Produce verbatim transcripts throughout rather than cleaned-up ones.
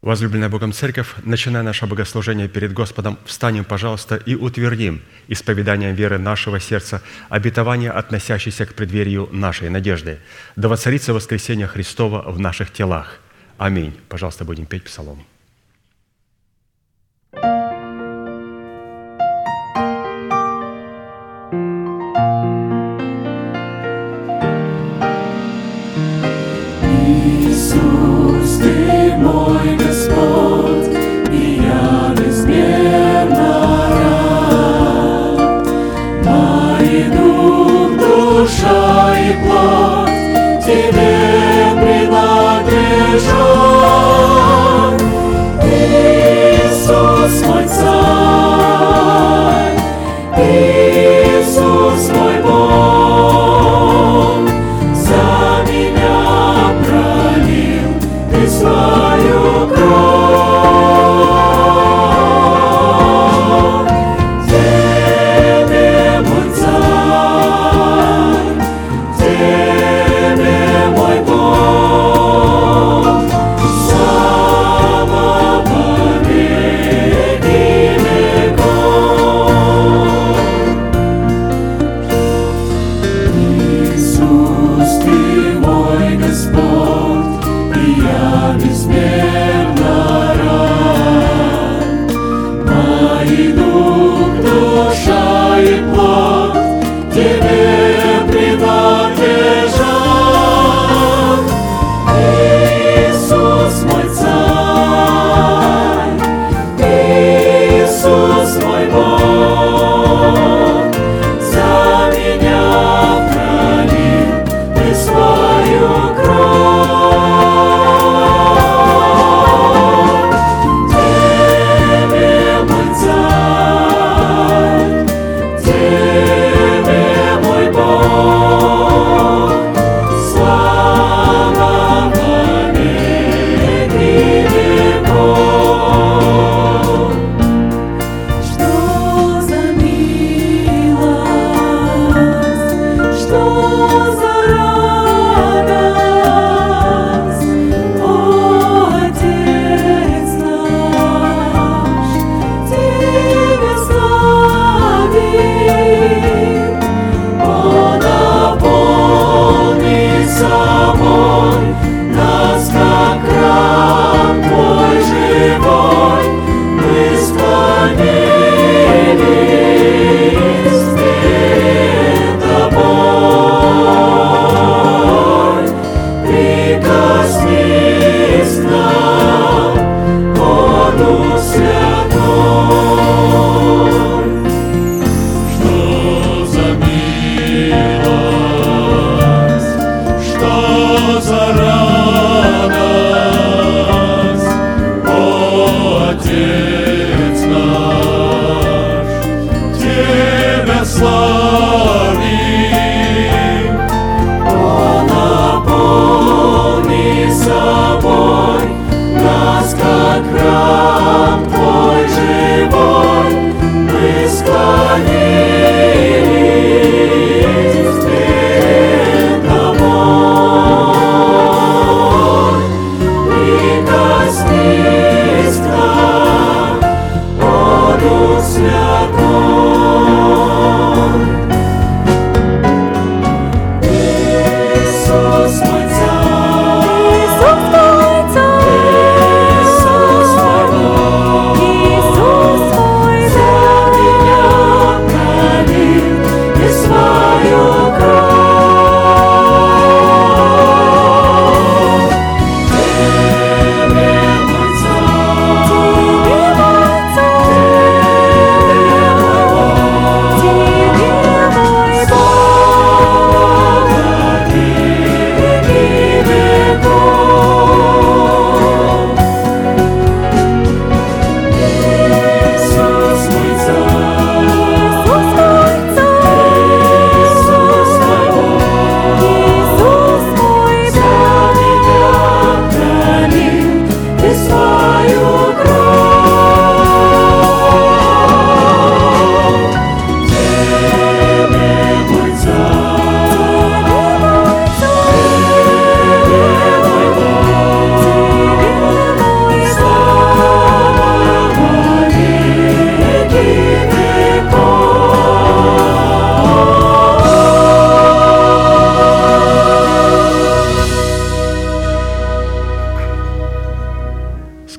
Возлюбленная Богом Церковь, начиная наше богослужение перед Господом, встанем, пожалуйста, и утвердим исповеданием веры нашего сердца обетование, относящееся к преддверию нашей надежды. Да воцарится воскресение Христова в наших телах. Аминь. Пожалуйста, будем петь псалом. Иисус, Ты мой Господь, и я безмерно рад. Мой дух, душа и плоть Тебе принадлежат. Иисус, мой Царь, Иисус, мой Бог, за меня пролил Ты свою кровь. Тебе, мой Царь, Тебе, мой Бог, слава во веки веков. Иисус, Ты мой Господь, и я безмерно рад. Мой дух, душа и плоть Тебе принадлежат. Иисус, мой Царь, Иисус, мой Бог, за меня пролил Ты свою кровь.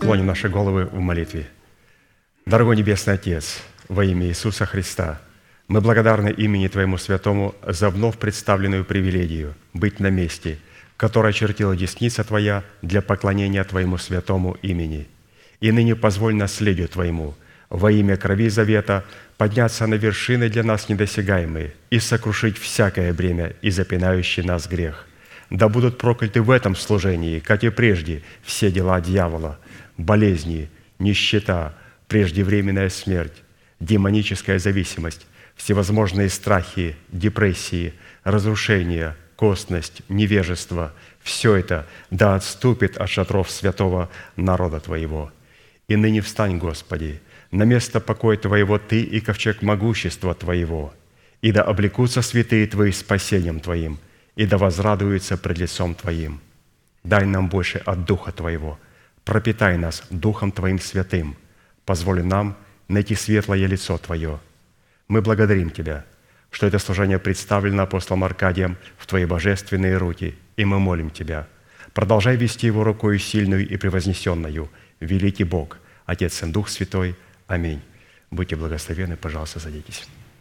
склоним наши головы в молитве. Дорогой Небесный Отец, во имя Иисуса Христа, мы благодарны имени Твоему Святому за вновь представленную привилегию быть на месте, которое очертила десница Твоя для поклонения Твоему святому имени. И ныне позволь наследию Твоему во имя крови завета подняться на вершины для нас недосягаемые и сокрушить всякое бремя и запинающий нас грех. Да будут прокляты в этом служении, как и прежде, все дела дьявола, болезни, нищета, преждевременная смерть, демоническая зависимость, всевозможные страхи, депрессии, разрушения, косность, невежество – все это да отступит от шатров святого народа Твоего. И ныне встань, Господи, на место покоя Твоего Ты и ковчег могущества Твоего, и да облекутся святые Твои спасением Твоим, и да возрадуются пред лицом Твоим. Дай нам больше от Духа Твоего, пропитай нас Духом Твоим святым, позволь нам найти светлое лицо Твое. Мы благодарим Тебя, что это служение представлено апостолом Аркадием в Твои божественные руки, и мы молим Тебя, продолжай вести его рукою сильную и превознесенную, великий Бог, Отец, Сын, Дух Святой. Аминь. Будьте благословенны, пожалуйста, садитесь.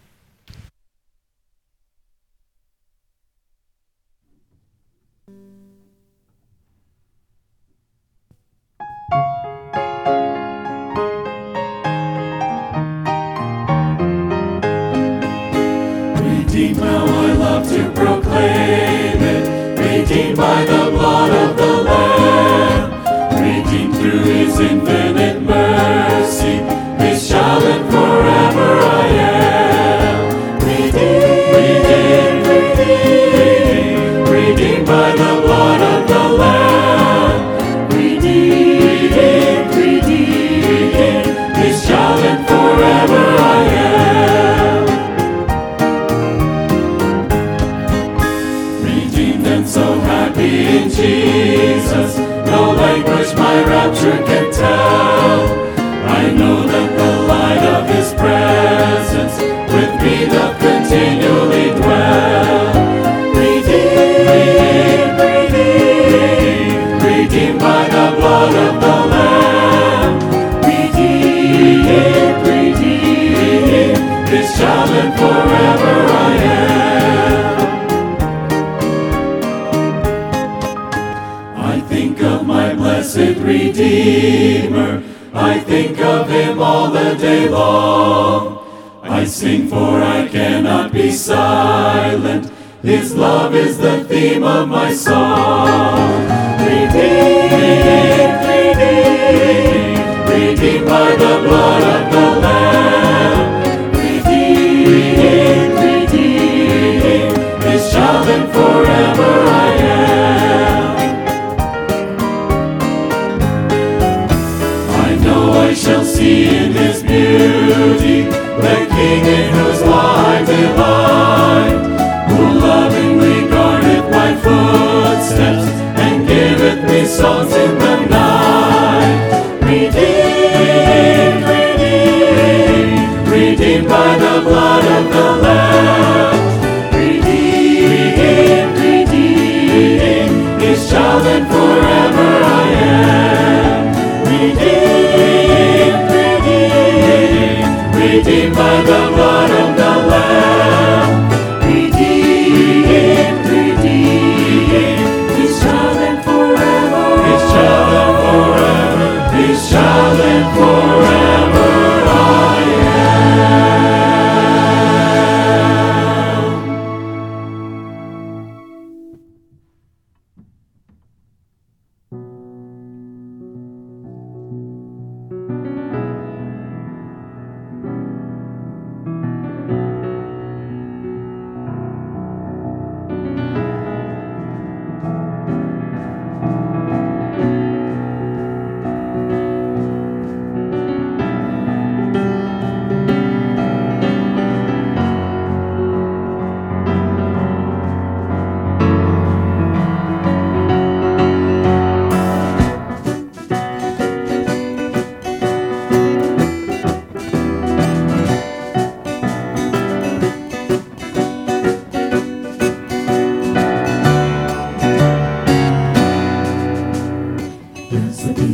Redeemed, now I love to proclaim it. Redeemed by the blood of the Lamb. Redeemed through His infinite mercy. His child and forever I am. Redeemed, redeemed, redeemed, redeemed by the blood of the Lamb. Redeemed, redeemed, His child and forever I am. Redeemed and so happy in Jesus, no language my rapture can tell. I know that the light of His presence with me doth continually dwell. Redeemed, redeemed, redeemed by the blood of the Lamb. Redeemed, redeemed, His child and forever I am. I think of my blessed Redeemer, I think of Him all the day long. I sing, for I cannot be silent. His love is the theme of my song. Redeemed, redeemed, redeemed by the blood of the Lamb. Redeemed, redeemed, His child and forever I am. I shall see in His beauty the King in whose law I delight, who lovingly guardeth my footsteps and giveth me songs in the night. Redeemed, redeemed, redeemed by the blood of the Lamb. Redeemed, redeemed, His child and forever I am. Redeemed, redeemed by the blood of the Lamb. Redeemed, redeemed, His child and forever, His child and forever, His child and forever I am.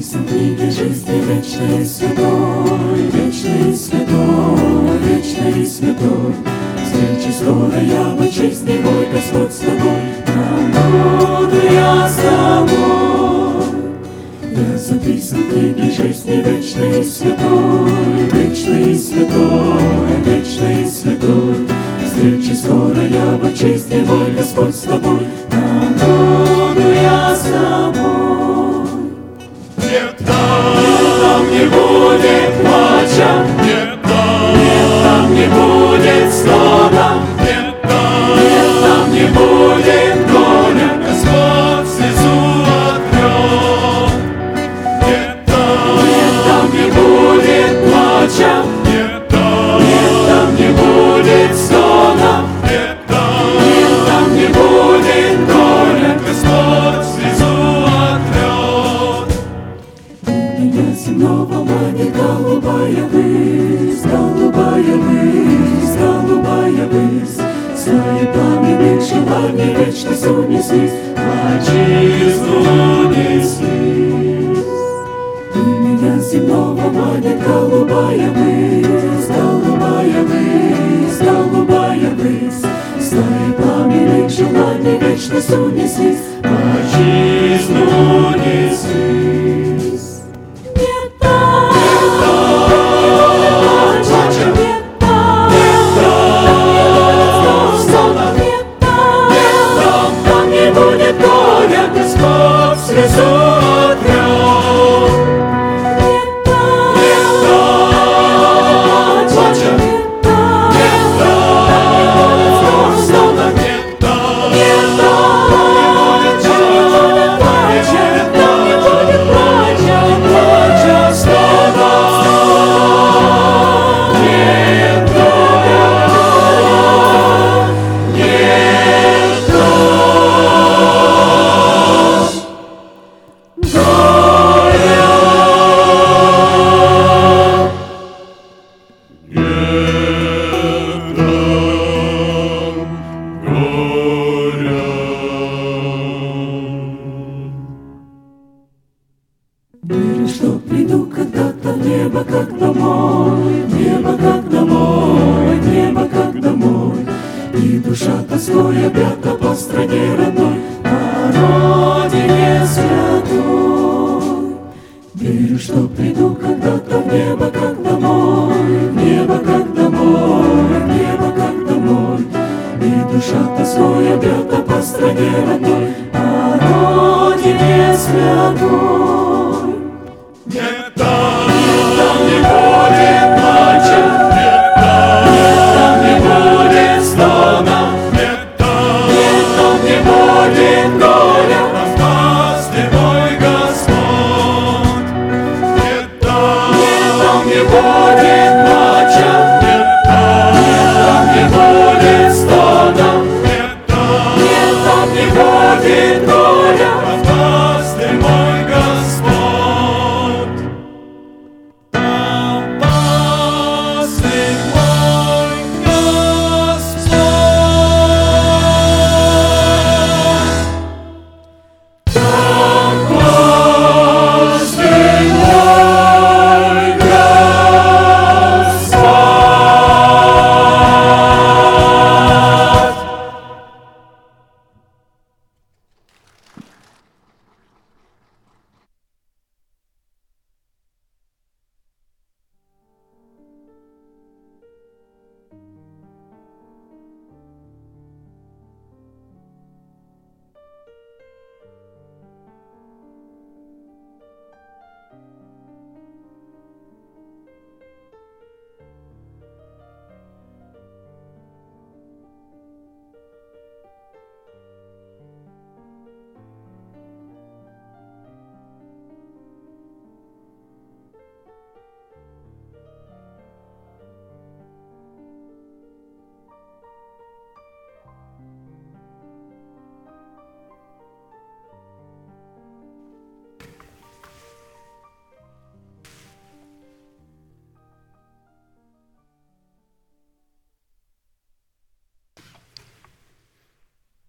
записан в книге жизни вечной и святой, вечной и святой, вечной и святой. Встречи скорая в отчизне мой, Господь с тобой, народу я с тобой. Я записан в книге жизни вечной и святой, вечной и святой, вечной и святой. Встречи скорая в отчизне мой, Господь с тобой, народу я с тобой. Нет, там, Нет, там не будет плача, нет, там, нет, там не будет стона, нет, там, нет, там не будет горя. Господь слезу отрет. Нет, там, Нет, там не будет плача, нет, там, нет, там не будет стона, нет, там, нет, там не будет горя. Господь слезу отрет. Меня земного манит голубая высь, голубая высь, голубая высь. Знает пламенных желаний вечность унеслись, отчизну неслись. И меня земного манит голубая высь, голубая высь, голубая высь. Знает пламенных желаний вечность унеслись, отчизну неслись. Нет там, нет там, плача, нет там, нет там, стона, нет там, нет там, там не будет горя, Господь слезу отрет. Нет там, нет там, плача, нет там, нет там, стона, Нет, там, нет там, там не будет плача, там не будет плача, плача, стона. Нет горя, нет Верю, что приду когда-то в небо, как домой, в небо, как домой, в небо, как домой. И душа тоской объята по стране родной, по родине святой. Верю, что приду когда-то в небо, как домой, в небо, как домой, в небо, как домой. И душа тоской объята по стране родной, по родине святой. нет, там, Там не будет плача, нет, там, там не будет стона, нет, там, там не будет горя. распасти мой Господь. Нет, там, Там не будет плача, нет, там, там не будет стона, нет, там, там не будет горя. распасти мой Господь. Там пасли мой Господь.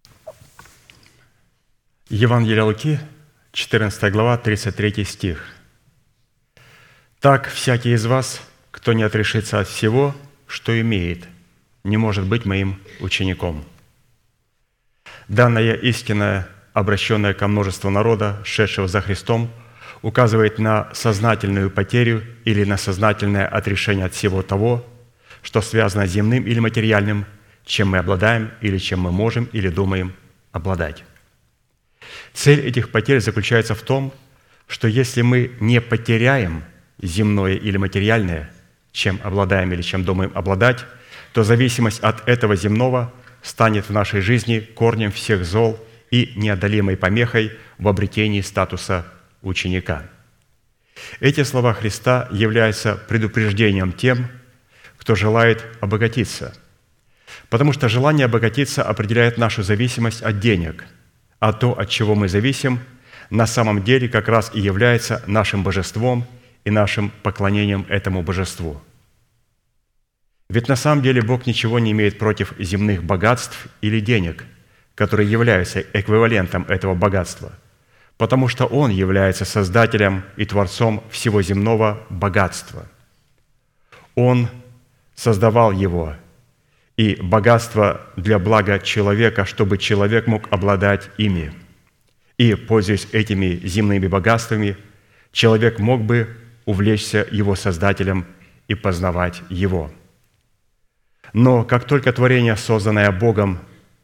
Евангелие Луки, четырнадцатая глава, тридцать третий стих. Так всякий из вас, кто не отрешится от всего, что имеет, не может быть моим учеником». Данная истина, обращенная ко множеству народа, шедшего за Христом, указывает на сознательную потерю или на сознательное отрешение от всего того, что связано с земным или материальным, чем мы обладаем или чем мы можем или думаем обладать. Цель этих потерь заключается в том, что если мы не потеряем земное или материальное, чем обладаем или чем думаем обладать, то зависимость от этого земного станет в нашей жизни корнем всех зол и неодолимой помехой в обретении статуса ученика. Эти слова Христа являются предупреждением тем, кто желает обогатиться, потому что желание обогатиться определяет нашу зависимость от денег, а то, от чего мы зависим, на самом деле как раз и является нашим божеством и нашим поклонением этому божеству. Ведь на самом деле Бог ничего не имеет против земных богатств или денег, которые являются эквивалентом этого богатства, потому что Он является создателем и творцом всего земного богатства. Он создавал его, и богатство для блага человека, чтобы человек мог обладать ими. И, пользуясь этими земными богатствами, человек мог бы увлечься его Создателем и познавать Его. Но как только творение, созданное Богом,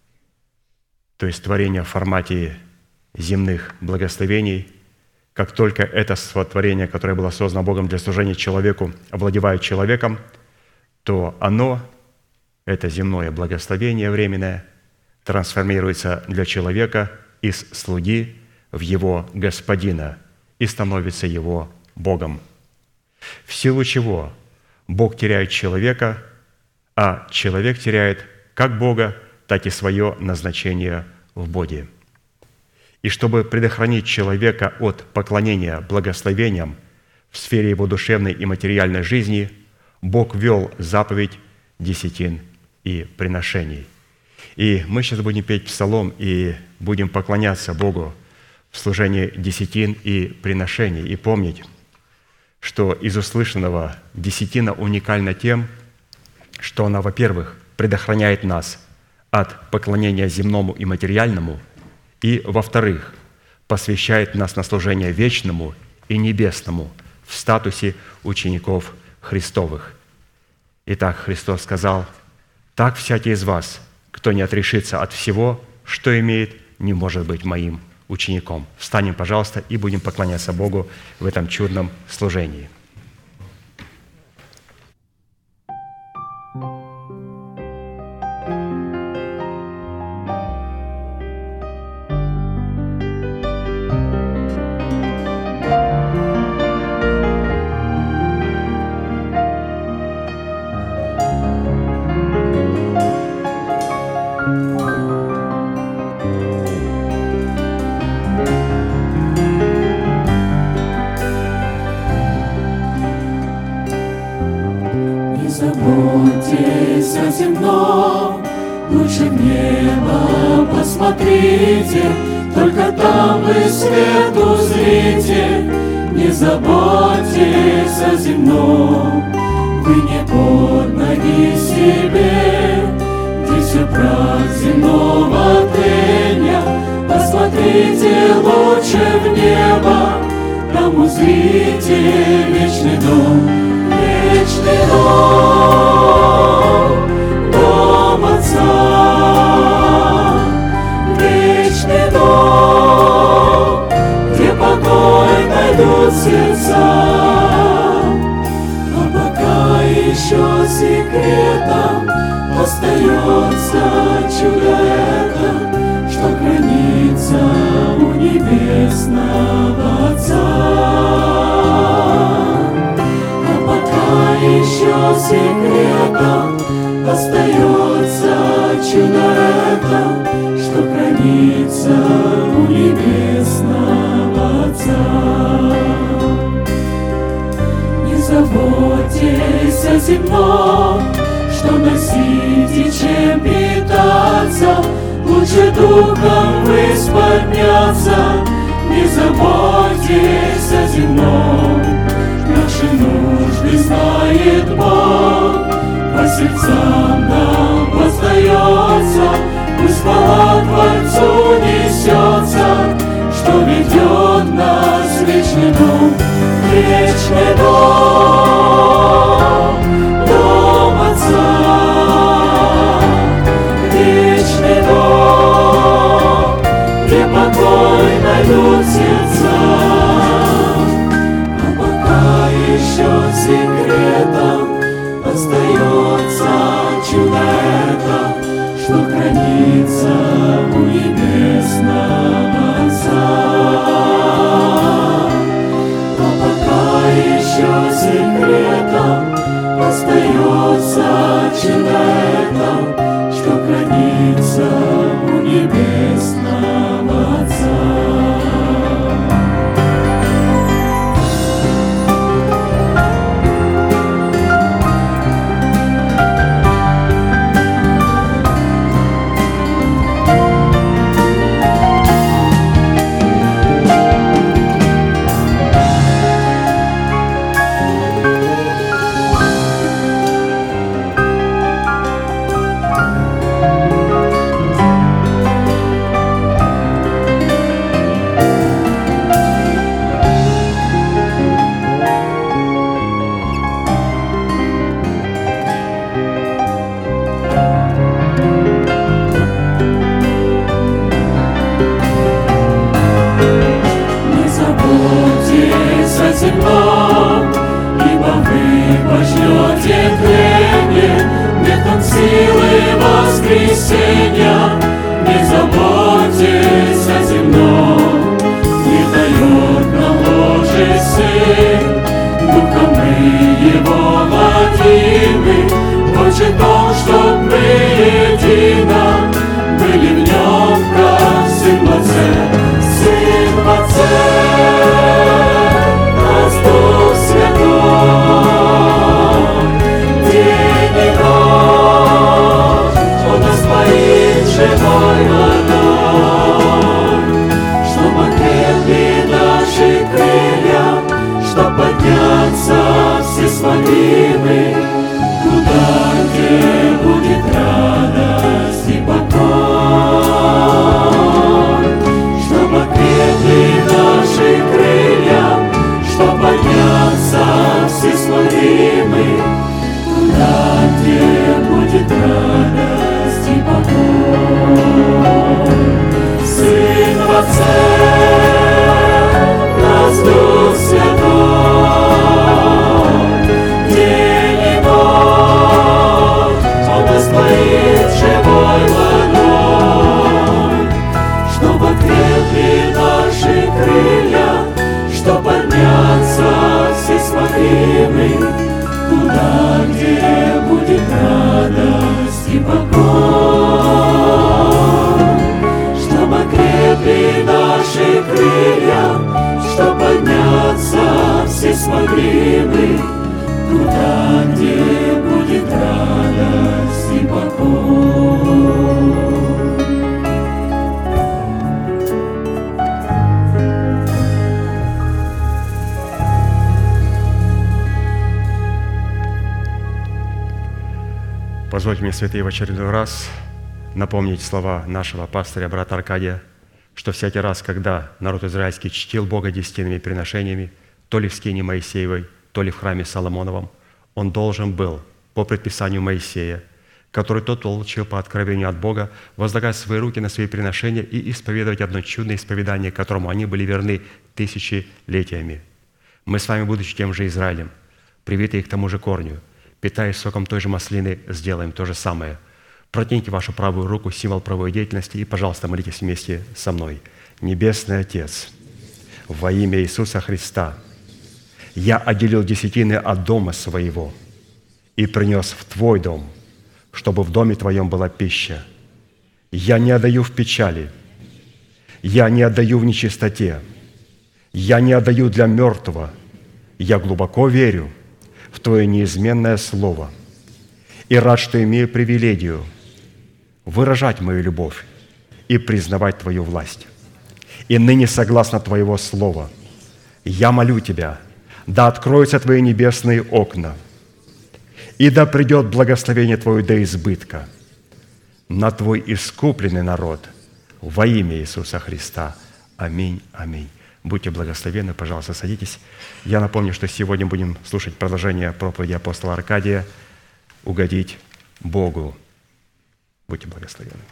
то есть творение в формате земных благословений, как только это сотворение, которое было создано Богом для служения человеку, овладевает человеком, то оно, это земное благословение временное, трансформируется для человека из слуги в его господина и становится его Богом. В силу чего Бог теряет человека, а человек теряет как Бога, так и свое назначение в Боге. И чтобы предохранить человека от поклонения благословениям в сфере его душевной и материальной жизни, Бог ввел заповедь десятин и приношений. И мы сейчас будем петь псалом и будем поклоняться Богу в служении десятин и приношений. И помнить, что из услышанного десятина уникальна тем, что она, во-первых, предохраняет нас от поклонения земному и материальному, и, во-вторых, посвящает нас на служение вечному и небесному в статусе учеников Христовых. Итак, Христос сказал: «Так всякий из вас, кто не отрешится от всего, что имеет, не может быть моим учеником». Встанем, пожалуйста, и будем поклоняться Богу в этом чудном служении. Заботьтесь о земном, лучше в небо посмотрите, только там вы свет узрите. Не заботьтесь о земном, вы не под ноги себе, где все прах земного тления. Посмотрите лучше в небо, там узрите вечный дом. Вечный дом, дом Отца, вечный дом, где покой найдут сердца. А пока еще секретом остается чудо это, что хранится у небесного Отца. Еще секретом остается чудо это, что хранится у небесного Отца. Не заботьтесь о земном, что носить и чем питаться, лучше духом ввысь подняться. Не заботьтесь о земном, наш Наши нужды знает Бог, по сердцам нам воздается, пусть хвала Творцу несется, что ведет нас в вечный дом, вечный дом, дом Отца, вечный дом, где покой найдут сердца. А пока еще секретом остается чудо это, что хранится у небесного Отца. А пока еще секретом остается чудо это, что хранится у небесного Отца. Земном, ибо вы пожнете тление, метом силы воскресения. Не заботьтесь о земном, не дает нам Божий Сын, духом мы Его владимы, хочет Он, чтоб мы едино были в Нем, как Сын в Отце, Сын в Отце. Дух Святой, день и ночь, Он нас поит живой водой, чтоб окрепли наши крылья, чтоб подняться все смогли мы туда, где будет радость и покой, чтоб окрепли наши крылья, что подняться все смогли мы туда, где будет радость и покой. Сын в Отце, нас Дух Святой, день и ночь, Он нас поит живой водой, чтоб окрепли наши крылья, что подняться все смогли мы туда, где будет радость и покой, чтоб окрепли наши крылья, что подняться все смогли мы туда, где будет радость и покой. Позвольте мне, святые, в очередной раз напомнить слова нашего пастыря, брата Аркадия, что всякий раз, когда народ израильский чтил Бога десятинными приношениями, то ли в скине Моисеевой, то ли в храме Соломоновом, он должен был, по предписанию Моисея, который тот получил по откровению от Бога, возлагать свои руки на свои приношения и исповедовать одно чудное исповедание, которому они были верны тысячелетиями. Мы с вами, будучи тем же Израилем, привитые к тому же корню, питаясь соком той же маслины, сделаем то же самое. Протяните вашу правую руку, символ правовой деятельности, и, пожалуйста, молитесь вместе со мной. Небесный Отец, во имя Иисуса Христа, я отделил десятины от дома своего и принес в Твой дом, чтобы в доме Твоем была пища. Я не отдаю в печали, я не отдаю в нечистоте, я не отдаю для мертвого, я глубоко верю в Твое неизменное Слово и рад, что имею привилегию выражать мою любовь и признавать Твою власть. И ныне, согласно Твоего Слова, я молю Тебя, да откроются Твои небесные окна, и да придет благословение Твое до избытка на Твой искупленный народ во имя Иисуса Христа. Аминь, аминь. Будьте благословенны, пожалуйста, садитесь. Я напомню, что сегодня будем слушать продолжение проповеди апостола Аркадия «Угодить Богу». Будьте благословенны.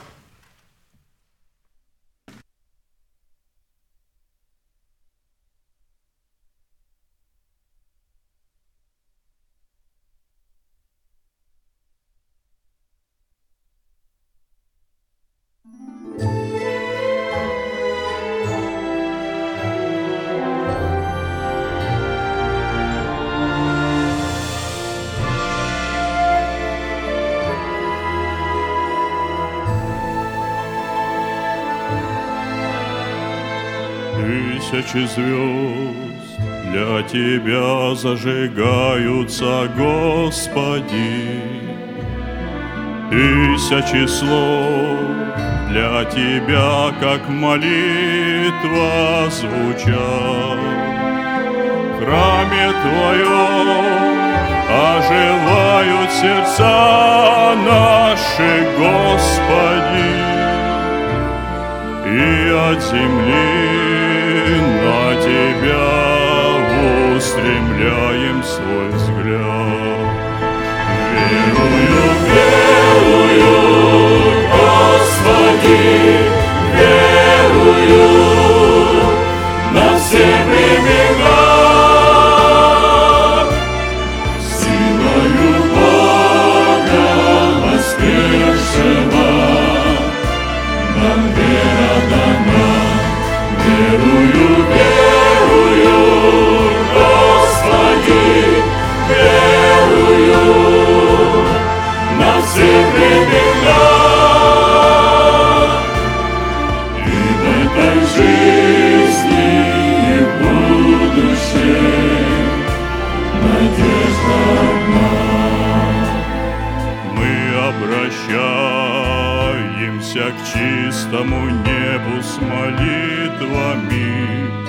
Тысячи звезд для Тебя зажигаются, Господи. Тысячи слов для Тебя, как молитва, звучат. В храме Твоем оживают сердца наши, Господи. И от земли на Тебя устремляем свой взгляд. Верую, верую, Господи, верую на все времена. Силою Бога воскресшего нам вера дана. Верую, верую, Господи, верую на все времена. И в этой жизни и в будущей надежда одна. Мы обращаемся к чистому небу с молитвами.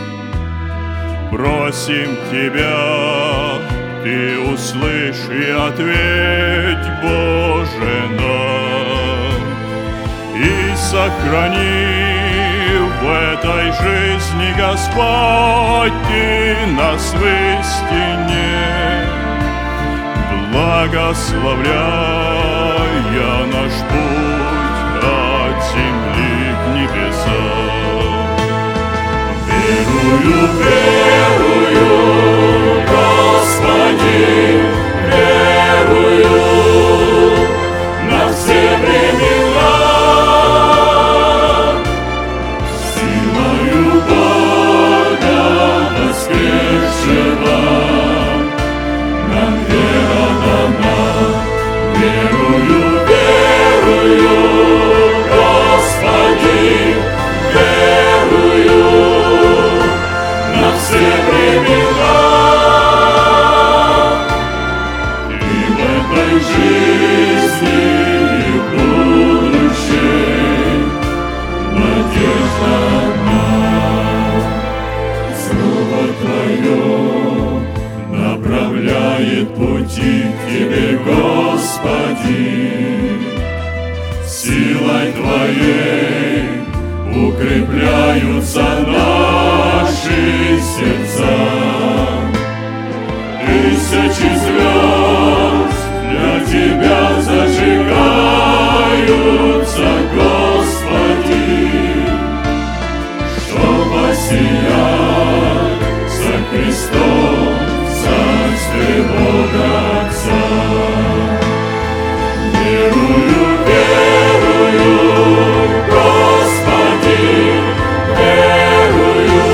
Просим Тебя, Ты услышь и ответь, Боже нам, и сохрани в этой жизни, Господь, Ты нас в истине, благословляя наш путь от земли к небесам. Верую, верую, Господи, верую на все времена. Силою Бога воскресшего нам вера дана. Верую, верую, Господи, верую на все времена. И в этой жизни и в будущей надежда одна. Слово Твое направляет пути к Тебе, Господи. Силой Твоей укрепляются наши сердца. Тысячи звезд для Тебя зажигаются, Господи, чтоб воссиять за Христом в Царстве Бога Отца. Верую, верую, Господи, верую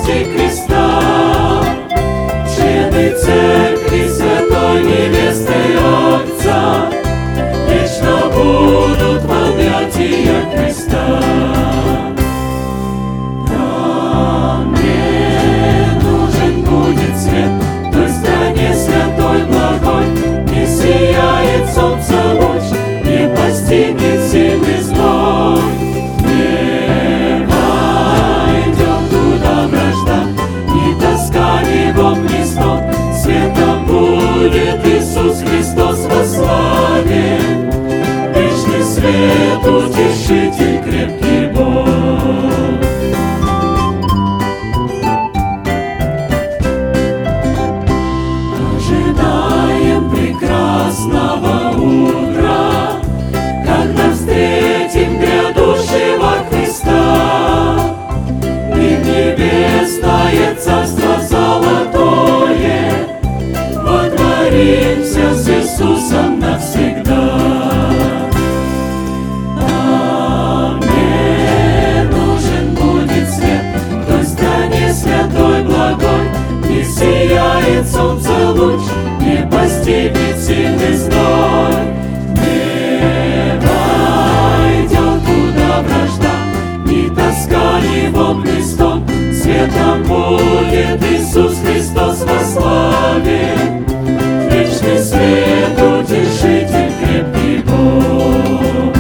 милости креста. Члены церкви святой невесты Отца вечно будут в объятиях Христа. Нам не нужен будет свет в той стране святой благой, не сияет солнце луч, не постигнет сильный зной. Не войдет туда вражда, ни тоска, ни вопль, ни стон. Светом будет Иисус Христос во славе, вечный свет, утешитель, крепкий Бог. Ожидаем прекрасного утра, когда встретим грядущего Христа, и в небесное царство золотое водворимся с Иисусом навсегда. Нам не нужен будет свет в той стране святой благой, не сияет солнце луч, не постигнет сильный зной. Не войдет туда вражда, ни тоска, ни вопль, ни стон. Светом будет Иисус Христос во славе, вечный свет, утешитель, крепкий Бог.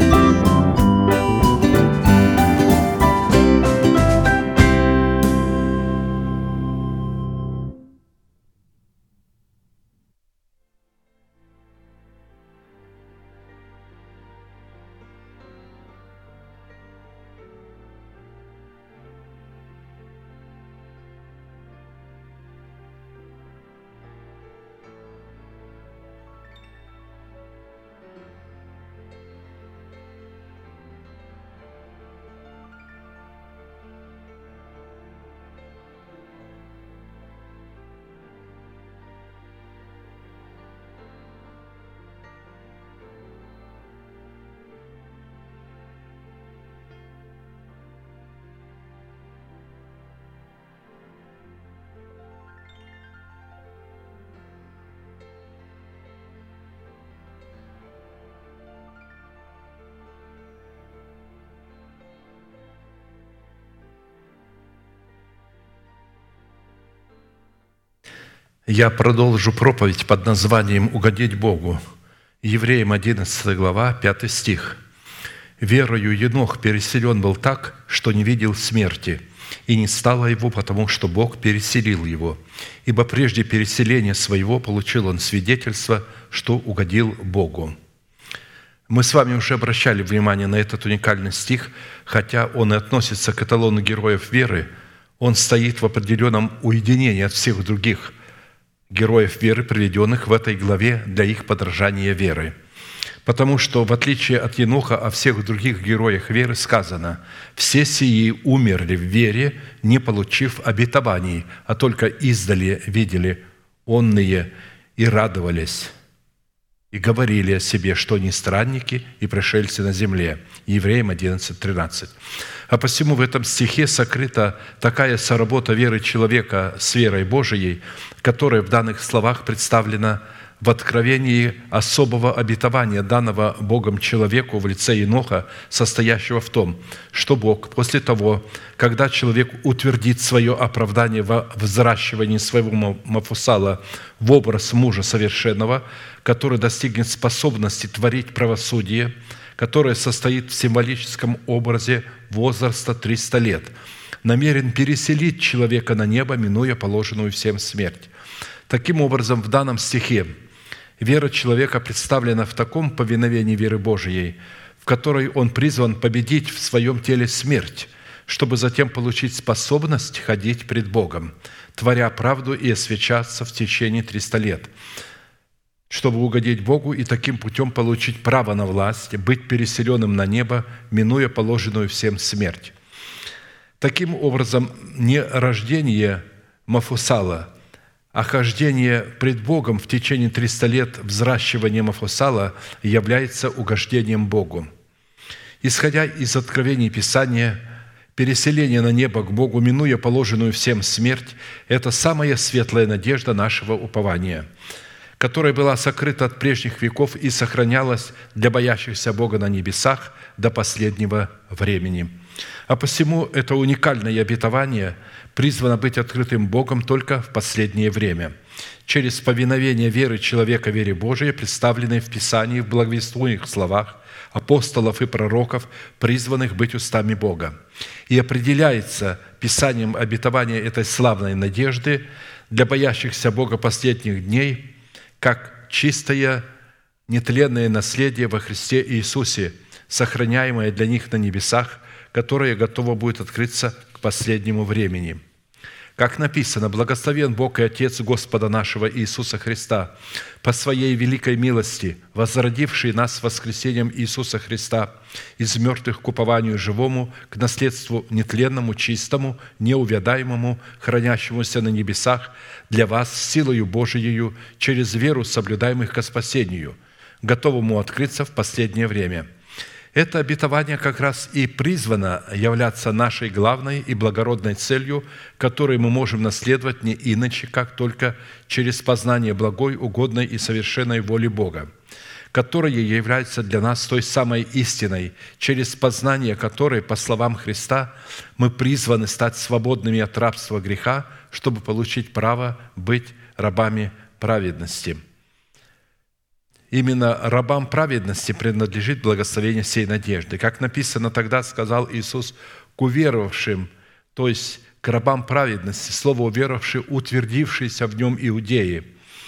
Я продолжу проповедь под названием «Угодить Богу». Евреям одиннадцатая глава, пятый стих. «Верою Енох переселен был так, что не видел смерти, и не стало его, потому что Бог переселил его. Ибо прежде переселения своего получил он свидетельство, что угодил Богу». Мы с вами уже обращали внимание на этот уникальный стих, хотя он и относится к эталону героев веры, он стоит в определенном уединении от всех других героев веры, приведенных в этой главе для их подражания веры. Потому что, в отличие от Еноха, о всех других героях веры сказано: «Все сии умерли в вере, не получив обетований, а только издали видели онные и радовались, и говорили о себе, что они странники и пришельцы на земле». Евреям одиннадцать тринадцать. А посему в этом стихе сокрыта такая соработа веры человека с верой Божией, которая в данных словах представлена в откровении особого обетования, данного Богом человеку в лице Еноха, состоящего в том, что Бог после того, когда человек утвердит свое оправдание во взращивании своего Мафусала в образ мужа совершенного, который достигнет способности творить правосудие, которое состоит в символическом образе возраста триста лет, намерен переселить человека на небо, минуя положенную всем смерть. Таким образом, в данном стихе вера человека представлена в таком повиновении веры Божией, в которой он призван победить в своем теле смерть, чтобы затем получить способность ходить пред Богом, творя правду и освящаться в течение триста лет, чтобы угодить Богу и таким путем получить право на власть, быть переселенным на небо, минуя положенную всем смерть. Таким образом, не рождение Мафусала, а хождение пред Богом в течение триста лет взращивания Мафусала является угождением Богу. Исходя из откровений Писания, переселение на небо к Богу, минуя положенную всем смерть, это самая светлая надежда нашего упования, которая была сокрыта от прежних веков и сохранялась для боящихся Бога на небесах до последнего времени. А посему это уникальное обетование призвано быть открытым Богом только в последнее время, через повиновение веры человека вере Божией, представленной в Писании в благовествуемых словах апостолов и пророков, призванных быть устами Бога. И определяется Писанием обетование этой славной надежды для боящихся Бога последних дней как чистое, нетленное наследие во Христе Иисусе, сохраняемое для них на небесах, которое готово будет открыться к последнему времени. Как написано: «Благословен Бог и Отец Господа нашего Иисуса Христа, по Своей великой милости, возродивший нас воскресением Иисуса Христа из мертвых к упованию живому, к наследству нетленному, чистому, неувядаемому, хранящемуся на небесах, для вас силою Божиею, через веру соблюдаемых ко спасению, готовому открыться в последнее время». Это обетование как раз и призвано являться нашей главной и благородной целью, которой мы можем наследовать не иначе, как только через познание благой, угодной и совершенной воли Бога, которая является для нас той самой истиной, через познание которой, по словам Христа, мы призваны стать свободными от рабства греха, чтобы получить право быть рабами праведности. Именно рабам праведности принадлежит благословение сей надежды. Как написано тогда, сказал Иисус к уверовавшим, то есть к рабам праведности, слово «уверовавшие», утвердившиеся в нем иудеи.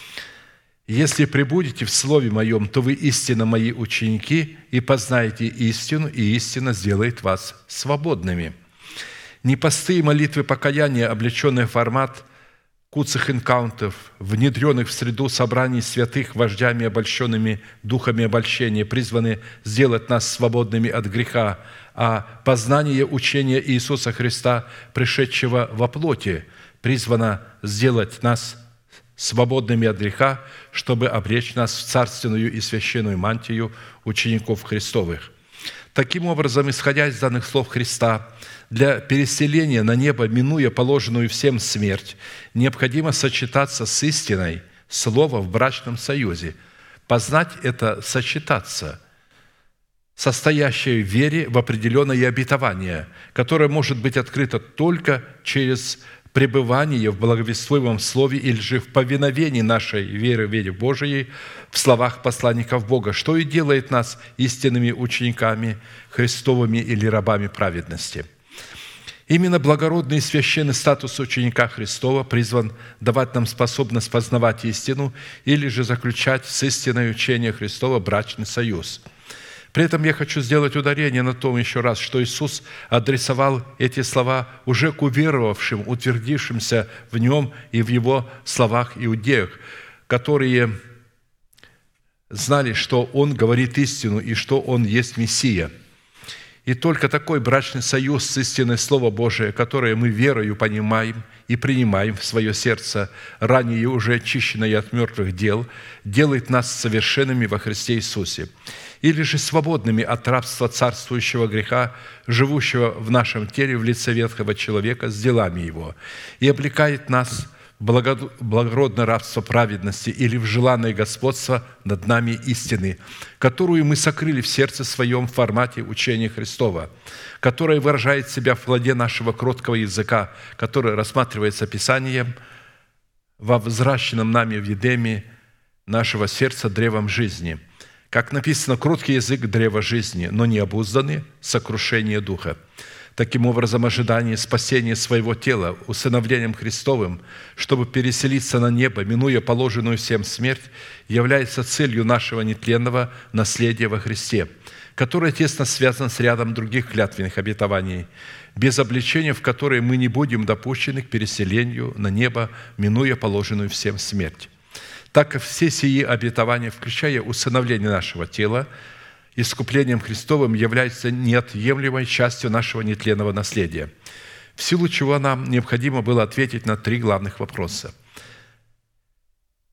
«Если пребудете в Слове Моем, то вы истинно Мои ученики, и познаете истину, и истина сделает вас свободными». Не посты и молитвы покаяния, облеченные в формат куцых энкаунтов, внедренных в среду собраний святых вождями, обольщенными духами обольщения, призваны сделать нас свободными от греха, а познание учения Иисуса Христа, пришедшего во плоти, призвано сделать нас свободными от греха, чтобы обречь нас в царственную и священную мантию учеников Христовых. Таким образом, исходя из данных слов Христа, для переселения на небо, минуя положенную всем смерть, необходимо сочетаться с истиной слова в брачном союзе. Познать – это сочетаться, состоящее в вере в определенное обетование, которое может быть открыто только через пребывание в благовествуемом слове или же в повиновении нашей веры в вере Божией в словах посланников Бога, что и делает нас истинными учениками Христовыми или рабами праведности. Именно благородный и священный статус ученика Христова призван давать нам способность познавать истину или же заключать с истиной учения Христова брачный союз. При этом я хочу сделать ударение на том еще раз, что Иисус адресовал эти слова уже к уверовавшим, утвердившимся в Нем и в Его словах иудеях, которые знали, что Он говорит истину и что Он есть Мессия. И только такой брачный союз с истиной Слова Божия, которое мы верою понимаем и принимаем в свое сердце, ранее уже очищенное от мертвых дел, делает нас совершенными во Христе Иисусе, или же свободными от рабства царствующего греха, живущего в нашем теле в лице ветхого человека с делами его, и облекает нас в благородное рабство праведности или в желанное господство над нами истины, которую мы сокрыли в сердце своем в формате учения Христова, которое выражает себя в плоде нашего кроткого языка, который рассматривается Писанием во взращенном нами в Едеме нашего сердца древом жизни. Как написано, кроткий язык – древо жизни, но необузданный – сокрушение духа. Таким образом, ожидание спасения своего тела усыновлением Христовым, чтобы переселиться на небо, минуя положенную всем смерть, является целью нашего нетленного наследия во Христе, которое тесно связано с рядом других клятвенных обетований, без обличения в которые мы не будем допущены к переселению на небо, минуя положенную всем смерть. Так как все сии обетования, включая усыновление нашего тела, искуплением Христовым являются неотъемлемой частью нашего нетленного наследия, в силу чего нам необходимо было ответить на три главных вопроса.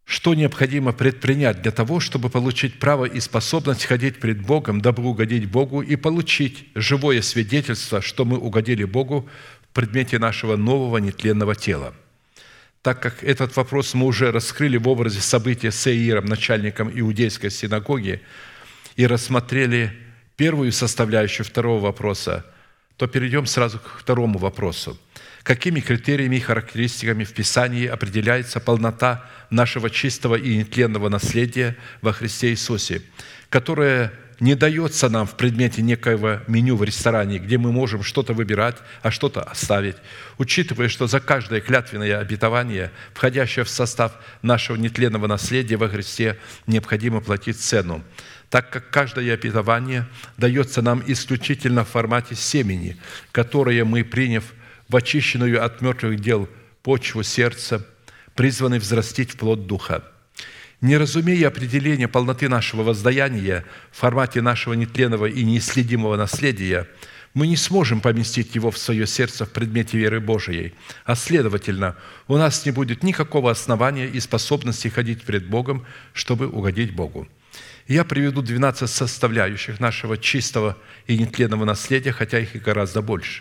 Что необходимо предпринять для того, чтобы получить право и способность ходить пред Богом, дабы угодить Богу и получить живое свидетельство, что мы угодили Богу в предмете нашего нового нетленного тела? Так как этот вопрос мы уже раскрыли в образе события с Иаиром, начальником иудейской синагоги, и рассмотрели первую составляющую второго вопроса, то перейдем сразу к второму вопросу. Какими критериями и характеристиками в Писании определяется полнота нашего чистого и нетленного наследия во Христе Иисусе, которое не дается нам в предмете некоего меню в ресторане, где мы можем что-то выбирать, а что-то оставить, учитывая, что за каждое клятвенное обетование, входящее в состав нашего нетленного наследия во Христе, необходимо платить цену, так как каждое обетование дается нам исключительно в формате семени, которое мы, приняв в очищенную от мертвых дел почву сердца, призваны взрастить в плод Духа. Не разумея определения полноты нашего воздаяния в формате нашего нетленного и неисследимого наследия, мы не сможем поместить его в свое сердце в предмете веры Божией, а следовательно, у нас не будет никакого основания и способности ходить пред Богом, чтобы угодить Богу. Я приведу двенадцать составляющих нашего чистого и нетленного наследия, хотя их и гораздо больше.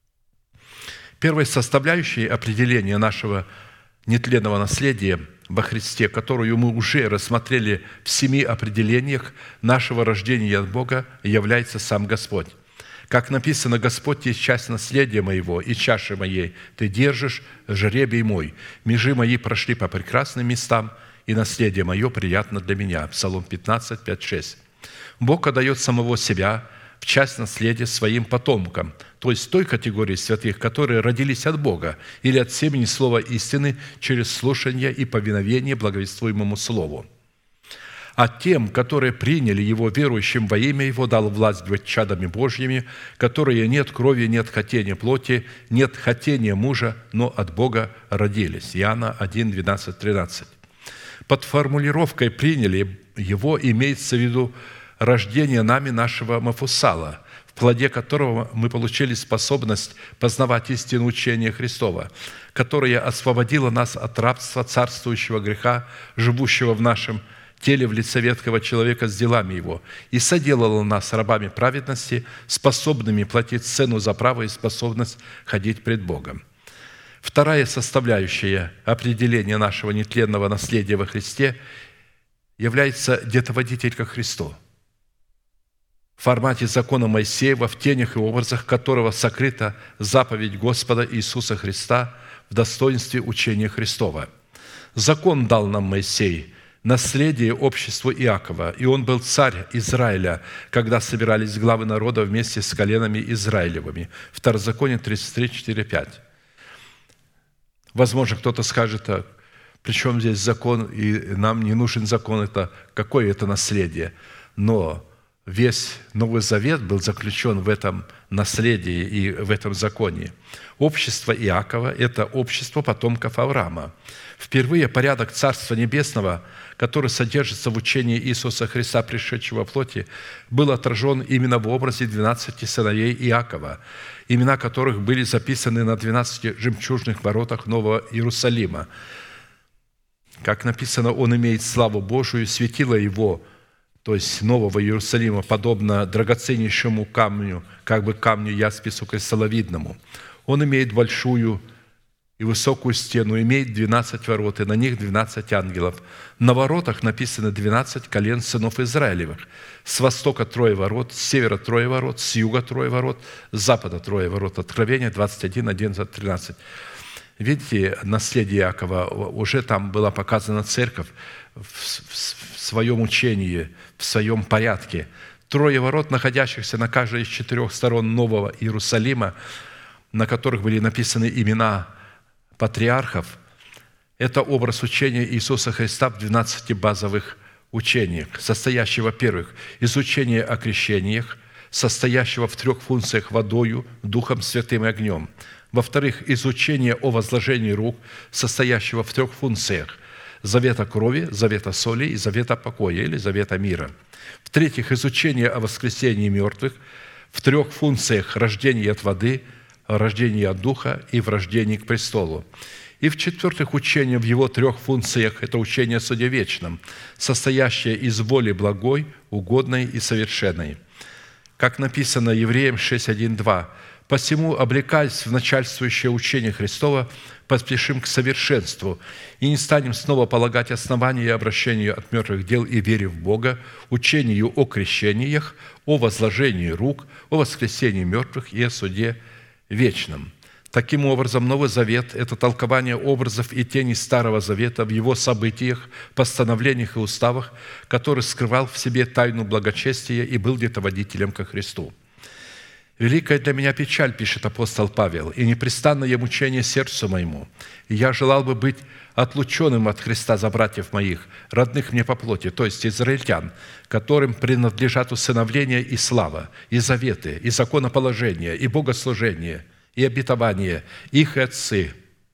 Первой составляющей определения нашего нетленного наследия во Христе, которую мы уже рассмотрели в семи определениях нашего рождения от Бога, является сам Господь. Как написано: «Господь есть часть наследия моего, и чаши моей ты держишь, жребий мой. Межи мои прошли по прекрасным местам, и наследие мое приятно для меня». Псалом пятнадцать, пять, шесть. Бог отдает самого себя в часть наследия своим потомкам, то есть той категории святых, которые родились от Бога или от семени слова истины через слушание и повиновение благовествуемому слову. А тем, которые приняли Его верующим во имя Его, дал власть быть чадами Божьими, которые нет крови, нет хотения плоти, нет хотения мужа, но от Бога родились. Иоанна один, двенадцать, тринадцать. Под формулировкой «приняли Его» имеется в виду рождение нами нашего Мафусала, в плоде которого мы получили способность познавать истину учения Христова, которое освободило нас от рабства царствующего греха, живущего в нашем теле в лице ветхого человека с делами его, и соделало нас рабами праведности, способными платить цену за право и способность ходить пред Богом. Вторая составляющая определения нашего нетленного наследия во Христе является детоводитель ко Христу в формате закона Моисеева, в тенях и образах которого сокрыта заповедь Господа Иисуса Христа в достоинстве учения Христова. Закон дал нам Моисей, наследие обществу Иакова, и он был царь Израиля, когда собирались главы народа вместе с коленами Израилевыми. Второзаконие тридцать три, четыре, пять. Возможно, кто-то скажет: а при чем здесь закон, и нам не нужен закон, это какое это наследие? Но весь Новый Завет был заключен в этом наследии и в этом законе. Общество Иакова – это общество потомков Авраама. Впервые порядок Царства Небесного, который содержится в учении Иисуса Христа, пришедшего в плоти, был отражен именно в образе двенадцати сыновей Иакова, имена которых были записаны на двенадцати жемчужных воротах Нового Иерусалима. Как написано, он имеет славу Божию, светило его, то есть Нового Иерусалима, подобно драгоценнейшему камню, как бы камню яспису кристалловидному. Он имеет большую и высокую стену, имеет двенадцать ворот, и на них двенадцать ангелов. На воротах написано двенадцать колен сынов Израилевых. С востока трое ворот, с севера трое ворот, с юга трое ворот, с запада трое ворот. Откровение двадцать один, одиннадцать, тринадцать. Видите, наследие Иакова, уже там была показана церковь в своем учении, в своем порядке. Трое ворот, находящихся на каждой из четырех сторон Нового Иерусалима, на которых были написаны имена патриархов, это образ учения Иисуса Христа в двенадцати базовых учениях, состоящего, во-первых, из учения о крещениях, состоящего в трех функциях: водою, Духом Святым и огнем. Во-вторых, из учения о возложении рук, состоящего в трех функциях: завета крови, завета соли и завета покоя или завета мира. В-третьих, изучение о воскресении мертвых в трех функциях: рождении от воды, рождении от Духа и в рождении к престолу. И в-четвертых, учение в его трех функциях – это учение о суде вечном, состоящее из воли благой, угодной и совершенной. Как написано Евреям шесть, один, два: «Посему, облекаясь в начальствующее учение Христова, поспешим к совершенству, и не станем снова полагать основания и обращению от мертвых дел и вере в Бога, учению о крещениях, о возложении рук, о воскресении мертвых и о суде вечном». Таким образом, Новый Завет – это толкование образов и теней Старого Завета в его событиях, постановлениях и уставах, который скрывал в себе тайну благочестия и был где-то водителем ко Христу. «Великая для меня печаль, – пишет апостол Павел, – и непрестанное мучение сердцу моему. И я желал бы быть отлученным от Христа за братьев моих, родных мне по плоти, то есть израильтян, которым принадлежат усыновление и слава, и заветы, и законоположение, и богослужение, и обетование, их и отцы,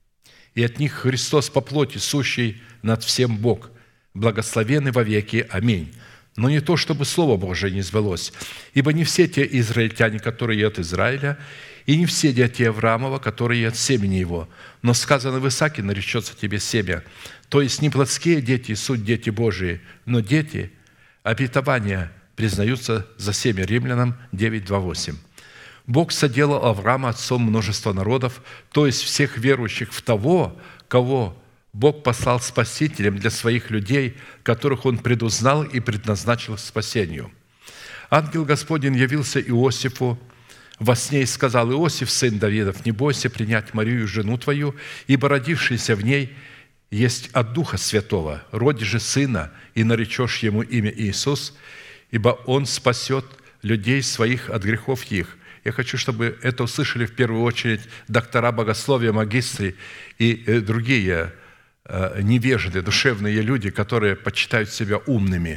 и от них Христос по плоти, сущий над всем Бог, благословенный во веки. Аминь. Но не то, чтобы Слово Божие не сбылось, ибо не все те израильтяне, которые от Израиля, и не все дети Авраамова, которые от семени его, но сказано в Исааке: наречется тебе семя». То есть не плотские дети суть дети Божии, но дети обетования признаются за семя. Римлянам девять, два, восемь. Бог соделал Авраама отцом множества народов, то есть всех верующих в того, кого Бог послал спасителем для своих людей, которых Он предузнал и предназначил к спасению. Ангел Господень явился Иосифу во сне и сказал: «Иосиф, сын Давидов, не бойся принять Марию, жену твою, ибо родившийся в ней есть от Духа Святого. Роди же сына, и наречешь ему имя Иисус, ибо он спасет людей своих от грехов их». Я хочу, чтобы это услышали в первую очередь доктора богословия, магистры и другие невежды, душевные люди, которые почитают себя умными,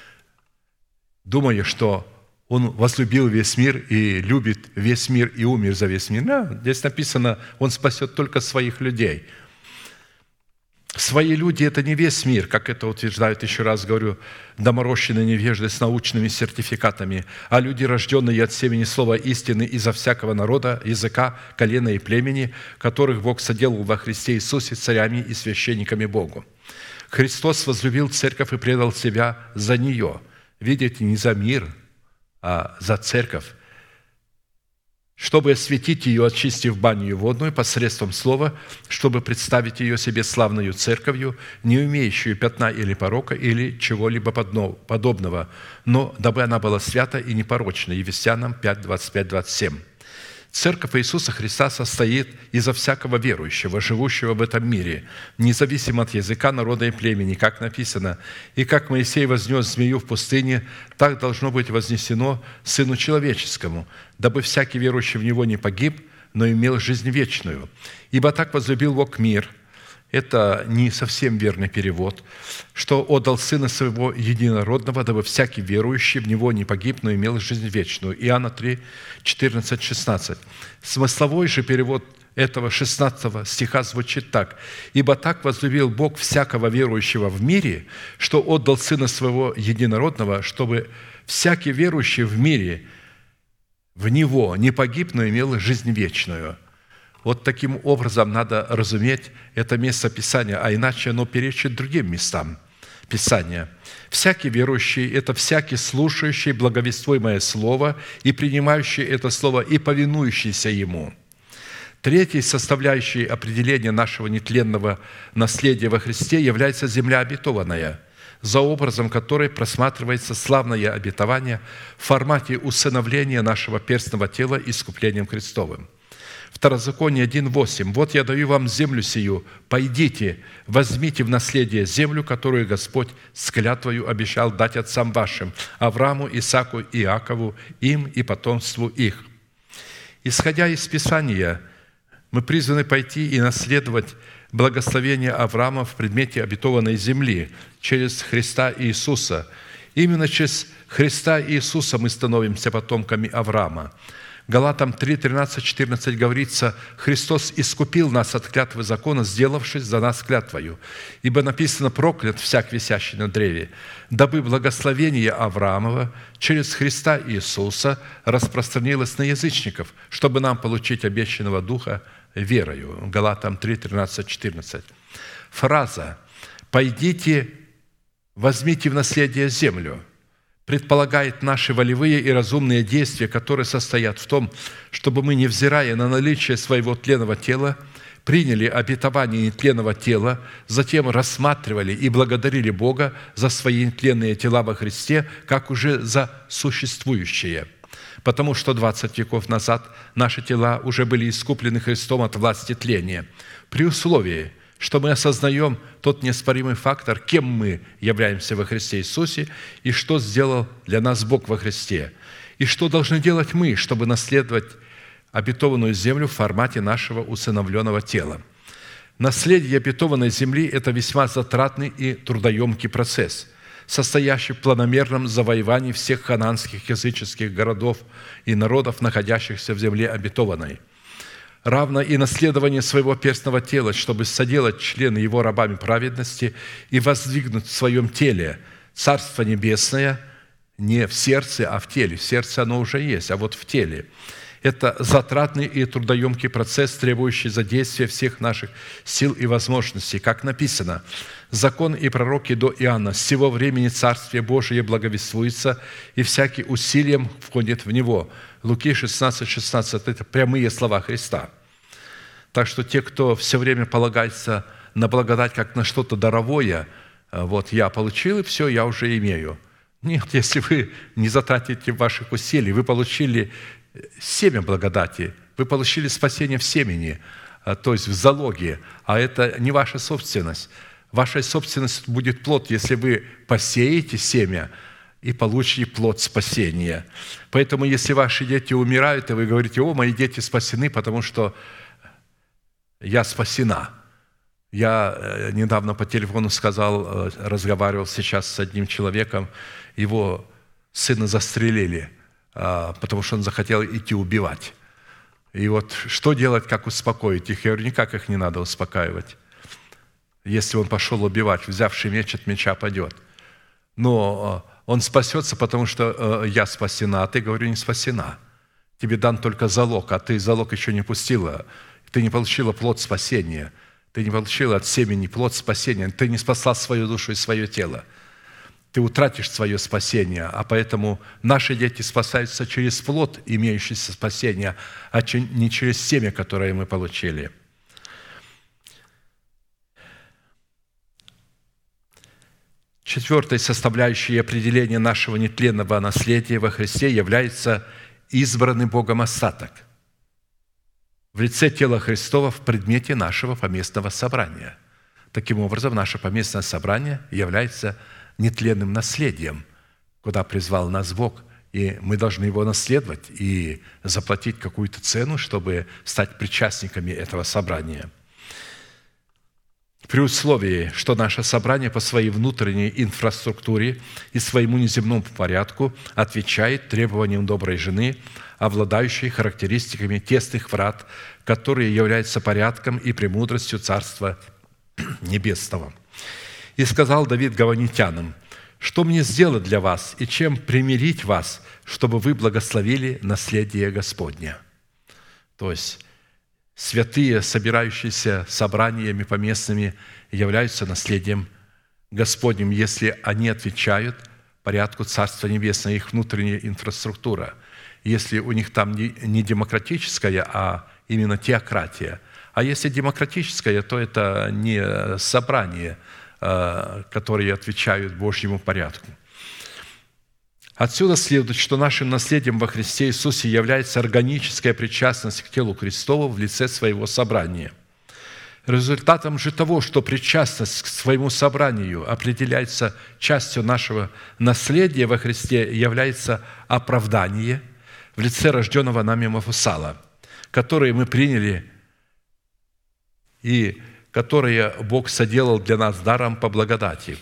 думая, что Он возлюбил весь мир и любит весь мир и умер за весь мир. Да, здесь написано: Он спасет только своих людей. Свои люди – это не весь мир, как это утверждают, еще раз говорю, доморощенные невежды с научными сертификатами, а люди, рожденные от семени слова истины изо всякого народа, языка, колена и племени, которых Бог соделал во Христе Иисусе царями и священниками Богу. Христос возлюбил церковь и предал себя за нее. Видите, не за мир, а за церковь, чтобы осветить ее, очистив баню водную посредством слова, чтобы представить ее себе славною церковью, не имеющую пятна или порока, или чего-либо подобного, но дабы она была свята и непорочна. Ефесянам пять, двадцать пять, двадцать семь. Церковь Иисуса Христа состоит изо всякого верующего, живущего в этом мире, независимо от языка, народа и племени, как написано: «И как Моисей вознес змею в пустыне, так должно быть вознесено Сыну Человеческому, дабы всякий верующий в Него не погиб, но имел жизнь вечную. Ибо так возлюбил Бог мир». Это не совсем верный перевод. «Что отдал Сына Своего Единородного, дабы всякий верующий в Него не погиб, но имел жизнь вечную». Иоанна три, четырнадцать, шестнадцать. Смысловой же перевод этого шестнадцатого стиха звучит так: «Ибо так возлюбил Бог всякого верующего в мире, что отдал Сына Своего Единородного, чтобы всякий верующий в мире в Него не погиб, но имел жизнь вечную». Вот таким образом надо разуметь это место Писания, а иначе оно перечит другим местам Писания. «Всякий верующий – это всякий слушающий благовествуемое Слово и принимающий это Слово и повинующийся Ему». Третьей составляющей определения нашего нетленного наследия во Христе является земля обетованная, за образом которой просматривается славное обетование в формате усыновления нашего перстного тела искуплением Христовым. Второзаконие один, восемь. «Вот я даю вам землю сию, пойдите, возьмите в наследие землю, которую Господь с клятвою обещал дать отцам вашим, Аврааму, Исааку и Иакову, им и потомству их». Исходя из Писания, мы призваны пойти и наследовать благословение Авраама в предмете обетованной земли через Христа Иисуса. Именно через Христа Иисуса мы становимся потомками Авраама. Галатам три, тринадцать, четырнадцать говорится: «Христос искупил нас от клятвы закона, сделавшись за нас клятвою. Ибо написано: проклят всяк висящий на древе, дабы благословение Авраамова через Христа Иисуса распространилось на язычников, чтобы нам получить обещанного Духа верою. Галатам три, тринадцать, четырнадцать. Фраза «Пойдите, возьмите в наследие землю» предполагает наши волевые и разумные действия, которые состоят в том, чтобы мы, невзирая на наличие своего тленного тела, приняли обетование нетленного тела, затем рассматривали и благодарили Бога за свои нетленные тела во Христе, как уже за существующие. Потому что двадцать веков назад наши тела уже были искуплены Христом от власти тления, при условии, что мы осознаем тот неоспоримый фактор, кем мы являемся во Христе Иисусе и что сделал для нас Бог во Христе, и что должны делать мы, чтобы наследовать обетованную землю в формате нашего усыновленного тела. Наследие обетованной земли – это весьма затратный и трудоемкий процесс, состоящий в планомерном завоевании всех ханаанских языческих городов и народов, находящихся в земле обетованной. Равно и наследование своего перстного тела, чтобы соделать члены его рабами праведности и воздвигнуть в своем теле Царство Небесное не в сердце, а в теле. В сердце оно уже есть, а вот в теле. Это затратный и трудоемкий процесс, требующий задействия всех наших сил и возможностей. Как написано, «Закон и пророки до Иоанна, с сего времени Царствие Божие благовествуется, и всякий усилием входит в него». Луки шестнадцать, шестнадцать – это прямые слова Христа. Так что те, кто все время полагается на благодать как на что-то даровое, вот я получил, и все, я уже имею. Нет, если вы не затратите ваших усилий, вы получили семя благодати, вы получили спасение в семени, то есть в залоге, а это не ваша собственность. Вашей собственностью будет плод, если вы посеете семя и получите плод спасения. Поэтому, если ваши дети умирают, и вы говорите: «О, мои дети спасены, потому что я спасена». Я недавно по телефону сказал, разговаривал сейчас с одним человеком, его сына застрелили, потому что он захотел идти убивать. И вот что делать, как успокоить их? Я говорю, никак их не надо успокаивать. Если он пошел убивать, взявший меч от меча падет. Но он спасется, потому что я спасена, а ты, говорю, не спасена. Тебе дан только залог, а ты залог еще не пустила. Ты не получила плод спасения. Ты не получила от семени плод спасения. Ты не спасла свою душу и свое тело. Ты утратишь свое спасение, а поэтому наши дети спасаются через плод, имеющийся спасение, а не через семя, которое мы получили. Четвертой составляющей определения нашего нетленного наследия во Христе является избранный Богом остаток в лице тела Христова в предмете нашего поместного собрания. Таким образом, наше поместное собрание является нетленным наследием, куда призвал нас Бог, и мы должны его наследовать и заплатить какую-то цену, чтобы стать причастниками этого собрания. При условии, что наше собрание по своей внутренней инфраструктуре и своему неземному порядку отвечает требованиям доброй жены, обладающей характеристиками тесных врат, которые являются порядком и премудростью Царства Небесного. «И сказал Давид гаванитянам: что мне сделать для вас и чем примирить вас, чтобы вы благословили наследие Господне?» То есть святые, собирающиеся собраниями поместными, являются наследием Господним, если они отвечают порядку Царства Небесного, их внутренняя инфраструктура. Если у них там не демократическая, а именно теократия. А если демократическая, то это не собрание, которые отвечают Божьему порядку. Отсюда следует, что нашим наследием во Христе Иисусе является органическая причастность к телу Христову в лице своего собрания. Результатом же того, что причастность к своему собранию определяется частью нашего наследия во Христе, является оправдание в лице рожденного нами Мафусала, которое мы приняли и которое Бог соделал для нас даром по благодати.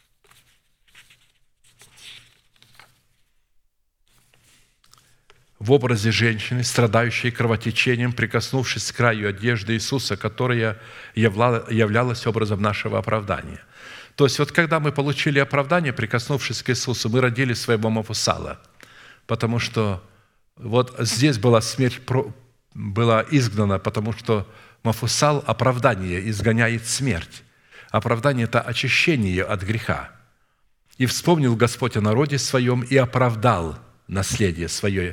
В образе женщины, страдающей кровотечением, прикоснувшись к краю одежды Иисуса, которая являлась образом нашего оправдания. То есть вот когда мы получили оправдание, прикоснувшись к Иисусу, мы родили своего Мафусала, потому что вот здесь была смерть была изгнана, потому что Мафусал – оправдание, изгоняет смерть. Оправдание – это очищение от греха. «И вспомнил Господь о народе своем и оправдал наследие свое».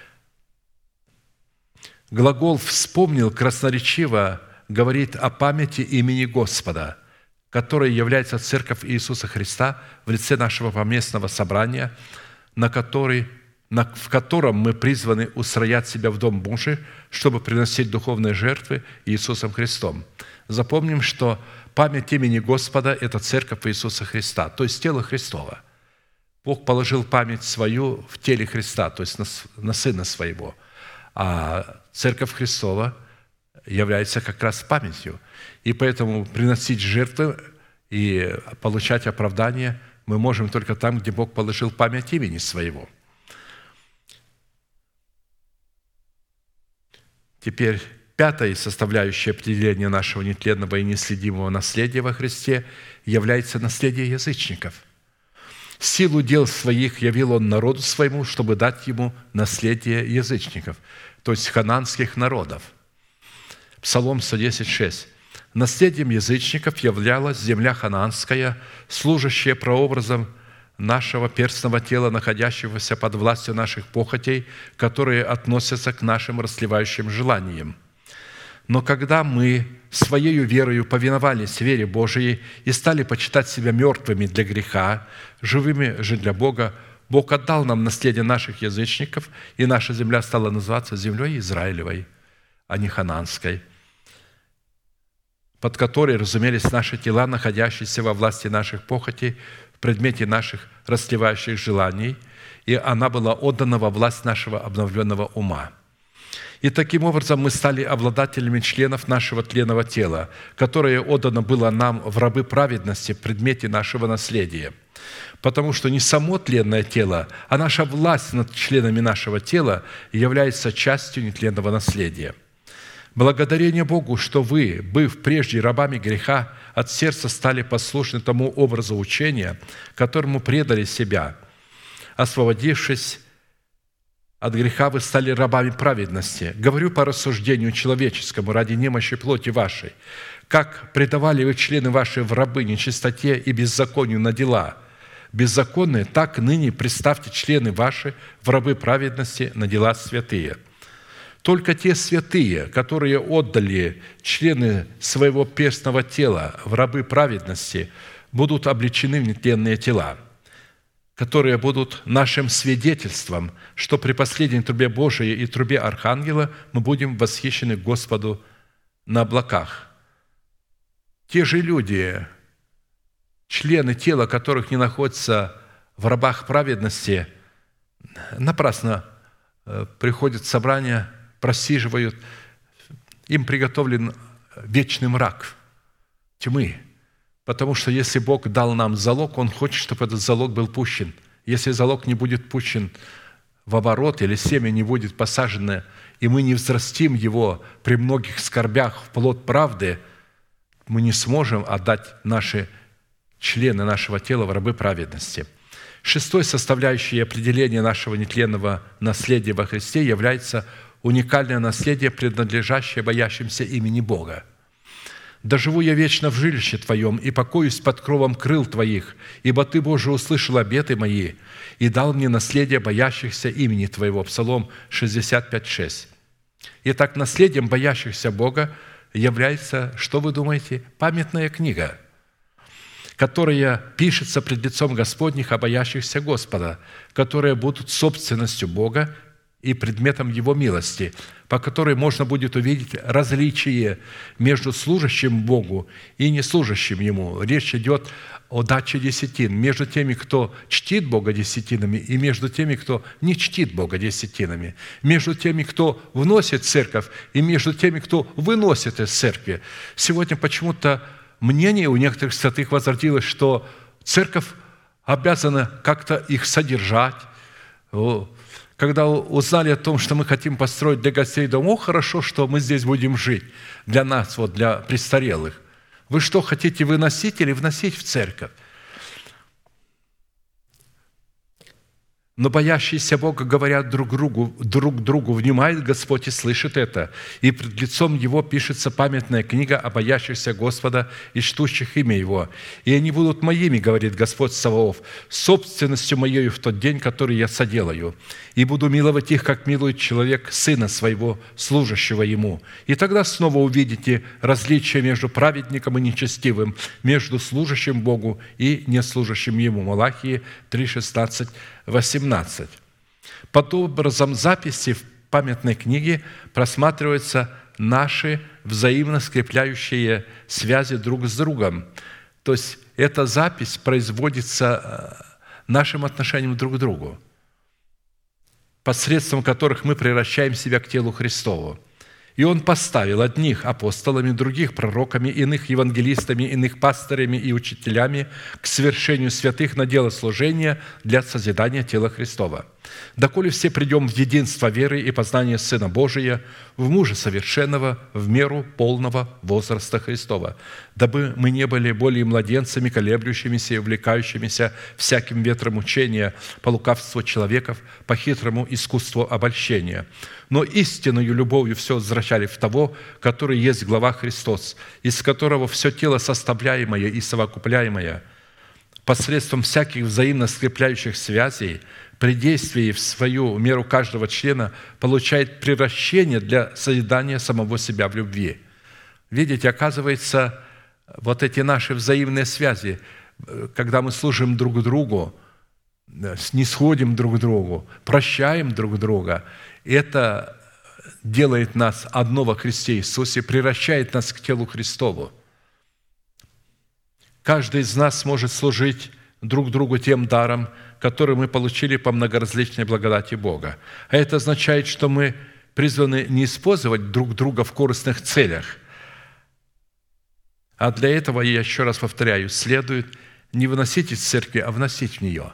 Глагол «вспомнил» красноречиво говорит о памяти имени Господа, которая является Церковь Иисуса Христа в лице нашего поместного собрания, на который, на, в котором мы призваны устроять себя в Дом Божий, чтобы приносить духовные жертвы Иисусом Христом. Запомним, что память имени Господа – это Церковь Иисуса Христа, то есть тело Христово. Бог положил память свою в теле Христа, то есть на, на Сына Своего. А Церковь Христова является как раз памятью. И поэтому приносить жертвы и получать оправдание мы можем только там, где Бог положил память имени Своего. Теперь пятая составляющая определения нашего нетленного и неследимого наследия во Христе является наследие язычников. Силу дел своих явил Он народу своему, чтобы дать ему наследие язычников, то есть хананских народов. Псалом сто десять, шесть. Наследием язычников являлась земля хананская, служащая прообразом нашего перстного тела, находящегося под властью наших похотей, которые относятся к нашим расслевающим желаниям. Но когда мы своей верою повиновались вере Божией и стали почитать себя мертвыми для греха, живыми же для Бога, Бог отдал нам наследие наших язычников, и наша земля стала называться землей Израилевой, а не хананской, под которой разумелись наши тела, находящиеся во власти наших похотей, в предмете наших расслевающих желаний, и она была отдана во власть нашего обновленного ума. И таким образом мы стали обладателями членов нашего тленного тела, которое отдано было нам в рабы праведности в предмете нашего наследия. Потому что не само тленное тело, а наша власть над членами нашего тела является частью нетленного наследия. Благодарение Богу, что вы, быв прежде рабами греха, от сердца стали послушны тому образу учения, которому предали себя. Освободившись от греха, вы стали рабами праведности. Говорю по рассуждению человеческому, ради немощи плоти вашей. Как предавали вы члены ваши в рабы нечистоте и беззаконию на дела беззаконные, так ныне представьте члены ваши в рабы праведности на дела святые. Только те святые, которые отдали члены своего перстного тела в рабы праведности, будут облечены в нетленные тела, которые будут нашим свидетельством, что при последней трубе Божией и трубе Архангела мы будем восхищены Господу на облаках. Те же люди, члены тела, которых не находятся в рабах праведности, напрасно приходят в собрание, просиживают, им приготовлен вечный мрак тьмы. Потому что если Бог дал нам залог, Он хочет, чтобы этот залог был пущен. Если залог не будет пущен в оборот, или семя не будет посажено, и мы не взрастим его при многих скорбях в плод правды, мы не сможем отдать наши члены нашего тела в рабы праведности. Шестой составляющей определения нашего нетленного наследия во Христе является уникальное наследие, принадлежащее боящимся имени Бога. «Да живу я вечно в жилище Твоем и покоюсь под кровом крыл Твоих, ибо Ты, Боже, услышал обеты мои и дал мне наследие боящихся имени Твоего». Псалом шестьдесят пять, шесть. Итак, наследием боящихся Бога является, что вы думаете, памятная книга, которая пишется пред лицом Господних о боящихся Господа, которые будут собственностью Бога и предметом Его милости, по которой можно будет увидеть различие между служащим Богу и неслужащим Ему. Речь идет о даче десятин, между теми, кто чтит Бога десятинами, и между теми, кто не чтит Бога десятинами, между теми, кто вносит в церковь, и между теми, кто выносит из церкви. Сегодня почему-то мнение у некоторых святых возродилось, что церковь обязана как-то их содержать. Когда узнали о том, что мы хотим построить для гостей дом, о, хорошо, что мы здесь будем жить, для нас, вот, для престарелых. Вы что, хотите выносить или вносить в церковь? Но боящиеся Бога говорят друг другу, друг другу, внимает Господь и слышит это. И пред лицом Его пишется памятная книга о боящихся Господа и чтущих имя Его. И они будут моими, говорит Господь Саваоф, собственностью моею в тот день, который я соделаю. И буду миловать их, как милует человек сына своего, служащего ему. И тогда снова увидите различие между праведником и нечестивым, между служащим Богу и неслужащим Ему. Малахии три, шестнадцать, восемнадцать. Под образом записи в памятной книге просматриваются наши взаимно скрепляющие связи друг с другом. То есть эта запись производится нашим отношением друг к другу, посредством которых мы превращаем себя к телу Христову. И Он поставил одних апостолами, других пророками, иных евангелистами, иных пастырями и учителями к совершению святых на дело служения для созидания тела Христова. Доколе все придем в единство веры и познания Сына Божия, в мужа совершенного, в меру полного возраста Христова, дабы мы не были более младенцами, колеблющимися и увлекающимися всяким ветром учения по лукавству человеков, по хитрому искусству обольщения, но истинною любовью все возвращали в того, который есть глава Христос, из которого все тело составляемое и совокупляемое, посредством всяких взаимно скрепляющих связей, при действии в свою меру каждого члена получает превращение для созидания самого себя в любви. Видите, оказывается, вот эти наши взаимные связи, когда мы служим друг другу, снисходим друг другу, прощаем друг друга, это делает нас одно во Христе Иисусе, превращает нас к телу Христову. Каждый из нас может служить друг другу тем даром, который мы получили по многоразличной благодати Бога. А это означает, что мы призваны не использовать друг друга в корыстных целях, а для этого, я еще раз повторяю, следует не выносить из церкви, а вносить в нее.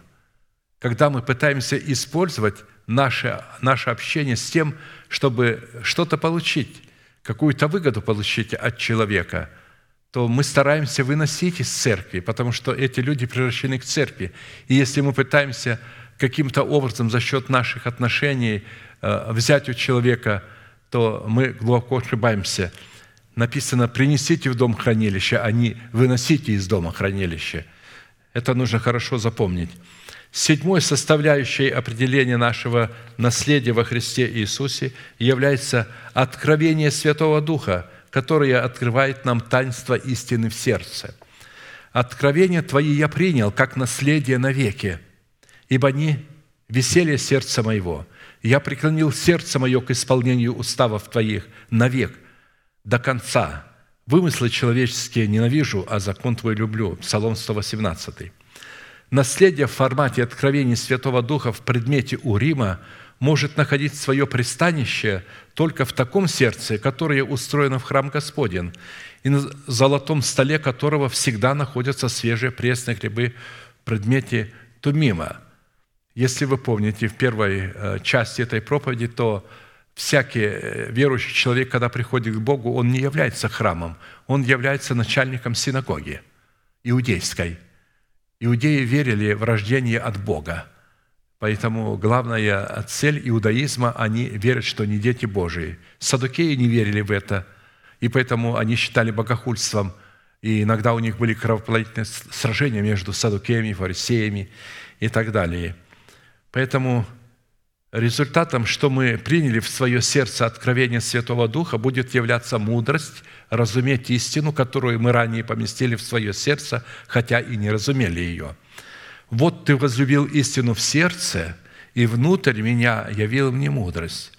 Когда мы пытаемся использовать наше, наше общение с тем, чтобы что-то получить, какую-то выгоду получить от человека, то мы стараемся выносить из церкви, потому что эти люди превращены к церкви. И если мы пытаемся каким-то образом за счет наших отношений взять у человека, то мы глубоко ошибаемся. Написано: «Принесите в дом хранилище», а не «выносите из дома хранилище». Это нужно хорошо запомнить. Седьмой составляющей определения нашего наследия во Христе Иисусе является откровение Святого Духа, которое открывает нам таинство истины в сердце. «Откровения Твои я принял, как наследие навеки, ибо они веселье сердца моего. Я преклонил сердце мое к исполнению уставов Твоих навек, до конца. Вымыслы человеческие ненавижу, а закон Твой люблю». Псалом сто восемнадцать. Наследие в формате откровений Святого Духа в предмете Урима может находить свое пристанище только в таком сердце, которое устроено в храм Господень, и на золотом столе которого всегда находятся свежие пресные хлебы в предмете Тумима. Если вы помните в первой части этой проповеди, то всякий верующий человек, когда приходит к Богу, он не является храмом, он является начальником синагоги иудейской. Иудеи верили в рождение от Бога. Поэтому главная цель иудаизма, они верят, что они дети Божии. Саддукеи не верили в это, и поэтому они считали богохульством. И иногда у них были кровопролитные сражения между саддукеями, фарисеями и так далее. Поэтому результатом, что мы приняли в свое сердце откровение Святого Духа, будет являться мудрость, разуметь истину, которую мы ранее поместили в свое сердце, хотя и не разумели ее. «Вот ты возлюбил истину в сердце, и внутрь меня явил мне мудрость».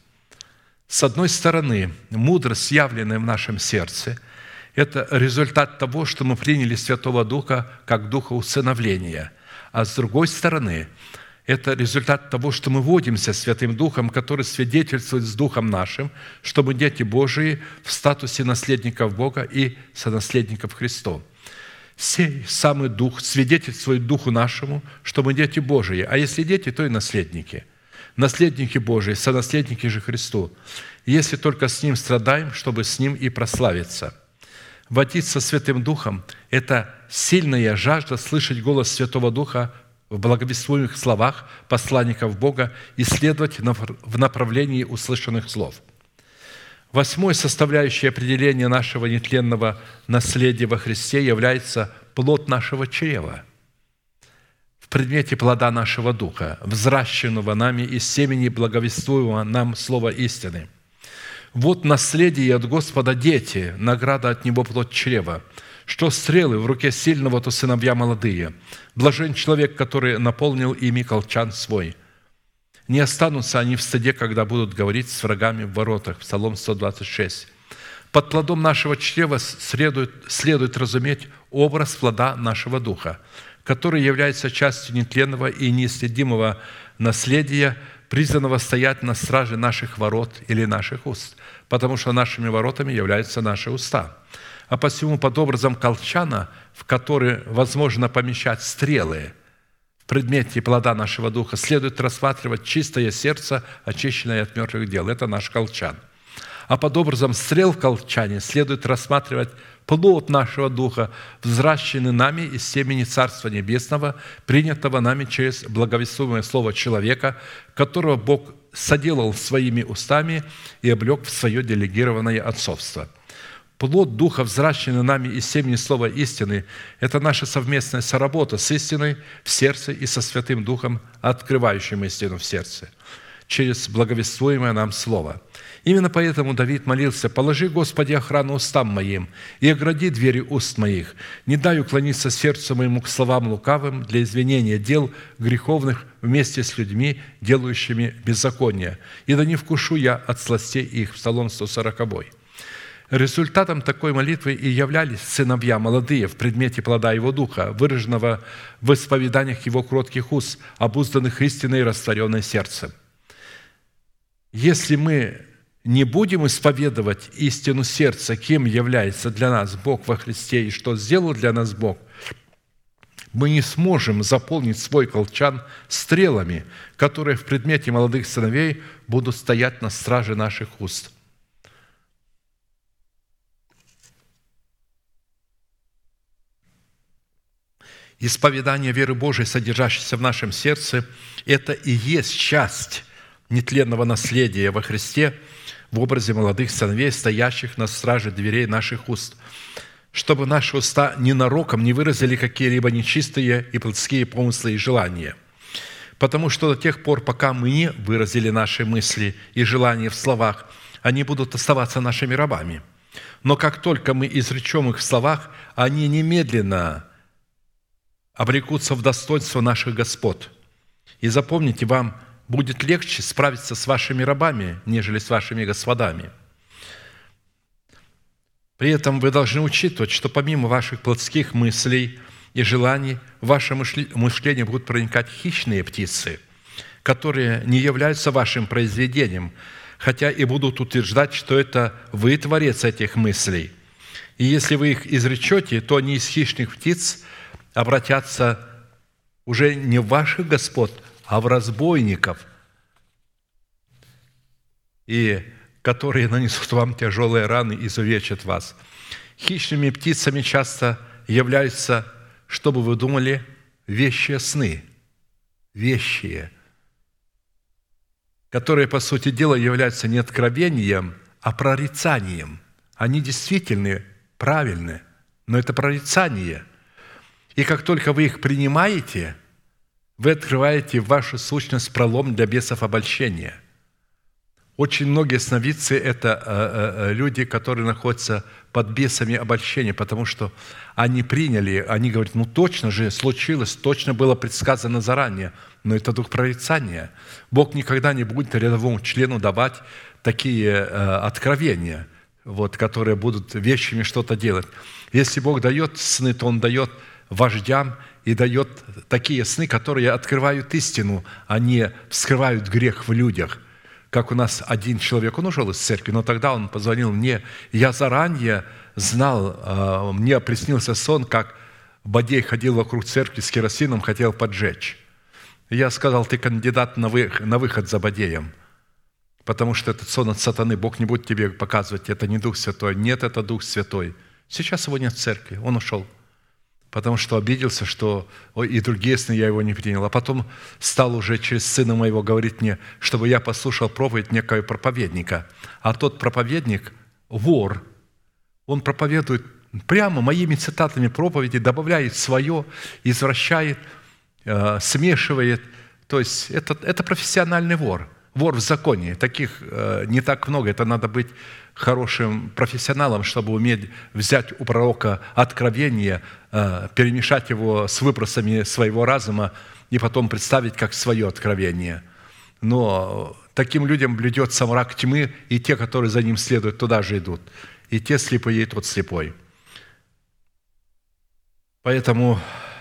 С одной стороны, мудрость, явленная в нашем сердце, это результат того, что мы приняли Святого Духа как Духа усыновления. А с другой стороны, это результат того, что мы водимся Святым Духом, который свидетельствует с Духом нашим, что мы дети Божии в статусе наследников Бога и сонаследников Христов. Сей самый Дух свидетельствует Духу нашему, что мы дети Божии, а если дети, то и наследники. Наследники Божии, сонаследники же Христу, если только с Ним страдаем, чтобы с Ним и прославиться. Водиться Святым Духом – это сильная жажда слышать голос Святого Духа в благовествуемых словах посланников Бога и следовать в направлении услышанных слов. Восьмой составляющей определения нашего нетленного наследия во Христе является плод нашего чрева в предмете плода нашего духа, взращенного нами из семени благовествуемого нам слова истины. Вот наследие от Господа дети, награда от Него плод чрева. Что стрелы в руке сильного, то сыновья молодые. Блажен человек, который наполнил ими колчан свой. Не останутся они в стыде, когда будут говорить с врагами в воротах. Псалом сто двадцать шесть. Под плодом нашего чрева следует, следует разуметь образ плода нашего духа, который является частью нетленного и неисследимого наследия, призванного стоять на страже наших ворот или наших уст, потому что нашими воротами являются наши уста. А посему под образом колчана, в который возможно помещать стрелы, в предмете плода нашего духа, следует рассматривать чистое сердце, очищенное от мертвых дел. Это наш колчан. А под образом стрел в колчане следует рассматривать плод нашего духа, взращенный нами из семени Царства Небесного, принятого нами через благовествуемое слово человека, которого Бог соделал своими устами и облег в свое делегированное отцовство. Плод Духа, взращенный нами из семени слова истины, это наша совместная соработа с истиной в сердце и со Святым Духом, открывающим истину в сердце, через благовествуемое нам слово. Именно поэтому Давид молился: «Положи, Господи, охрану устам моим и огради двери уст моих. Не дай уклониться сердцу моему к словам лукавым для извинения дел греховных вместе с людьми, делающими беззаконие. И да не вкушу я от сластей их». Псалом сто сорок. Результатом такой молитвы и являлись сыновья молодые в предмете плода Его Духа, выраженного в исповеданиях Его кротких уст, обузданных истиной и растворенной сердцем. Если мы не будем исповедовать истину сердца, кем является для нас Бог во Христе и что сделал для нас Бог, мы не сможем заполнить свой колчан стрелами, которые в предмете молодых сыновей будут стоять на страже наших уст. Исповедание веры Божией, содержащейся в нашем сердце, это и есть часть нетленного наследия во Христе в образе молодых сыновей, стоящих на страже дверей наших уст, чтобы наши уста ненароком не выразили какие-либо нечистые и плотские помыслы и желания. Потому что до тех пор, пока мы не выразили наши мысли и желания в словах, они будут оставаться нашими рабами. Но как только мы изречем их в словах, они немедленно обрекутся в достоинство наших господ. И запомните, вам будет легче справиться с вашими рабами, нежели с вашими господами. При этом вы должны учитывать, что помимо ваших плотских мыслей и желаний, в ваше мышление будут проникать хищные птицы, которые не являются вашим произведением, хотя и будут утверждать, что это вы творец этих мыслей. И если вы их изречете, то они из хищных птиц обратятся уже не в ваших господ, а в разбойников, и которые нанесут вам тяжелые раны и изувечат вас. Хищными птицами часто являются, чтобы вы думали, вещие сны, вещие, которые, по сути дела, являются не откровением, а прорицанием. Они действительно правильны, но это прорицание. И как только вы их принимаете, вы открываете в вашу сущность пролом для бесов обольщения. Очень многие сновидцы – это люди, которые находятся под бесами обольщения, потому что они приняли, они говорят: ну точно же случилось, точно было предсказано заранее, но это дух прорицания. Бог никогда не будет рядовому члену давать такие откровения, вот, которые будут вещами что-то делать. Если Бог дает сны, то Он дает вождям и дает такие сны, которые открывают истину, а не вскрывают грех в людях. Как у нас один человек, он ушел из церкви, но тогда он позвонил мне, я заранее знал, мне приснился сон, как Бадей ходил вокруг церкви с керосином, хотел поджечь. Я сказал: ты кандидат на выход за Бадеем, потому что этот сон от сатаны, Бог не будет тебе показывать, это не Дух Святой. Нет, это Дух Святой. Сейчас его нет в церкви, он ушел. потому что обиделся, что ой, и другие сны я его не принял. А потом стал уже через сына моего говорить мне, чтобы я послушал проповедь некого проповедника. А тот проповедник – вор. Он проповедует прямо моими цитатами проповеди, добавляет свое, извращает, э, смешивает. То есть это, это профессиональный вор. Вор в законе. Таких э, не так много. Это надо быть хорошим профессионалом, чтобы уметь взять у пророка откровение, э, перемешать его с выбросами своего разума и потом представить как свое откровение. Но таким людям блюдется мрак тьмы, и те, которые за ним следуют, туда же идут. И те слепые, и тот слепой. Поэтому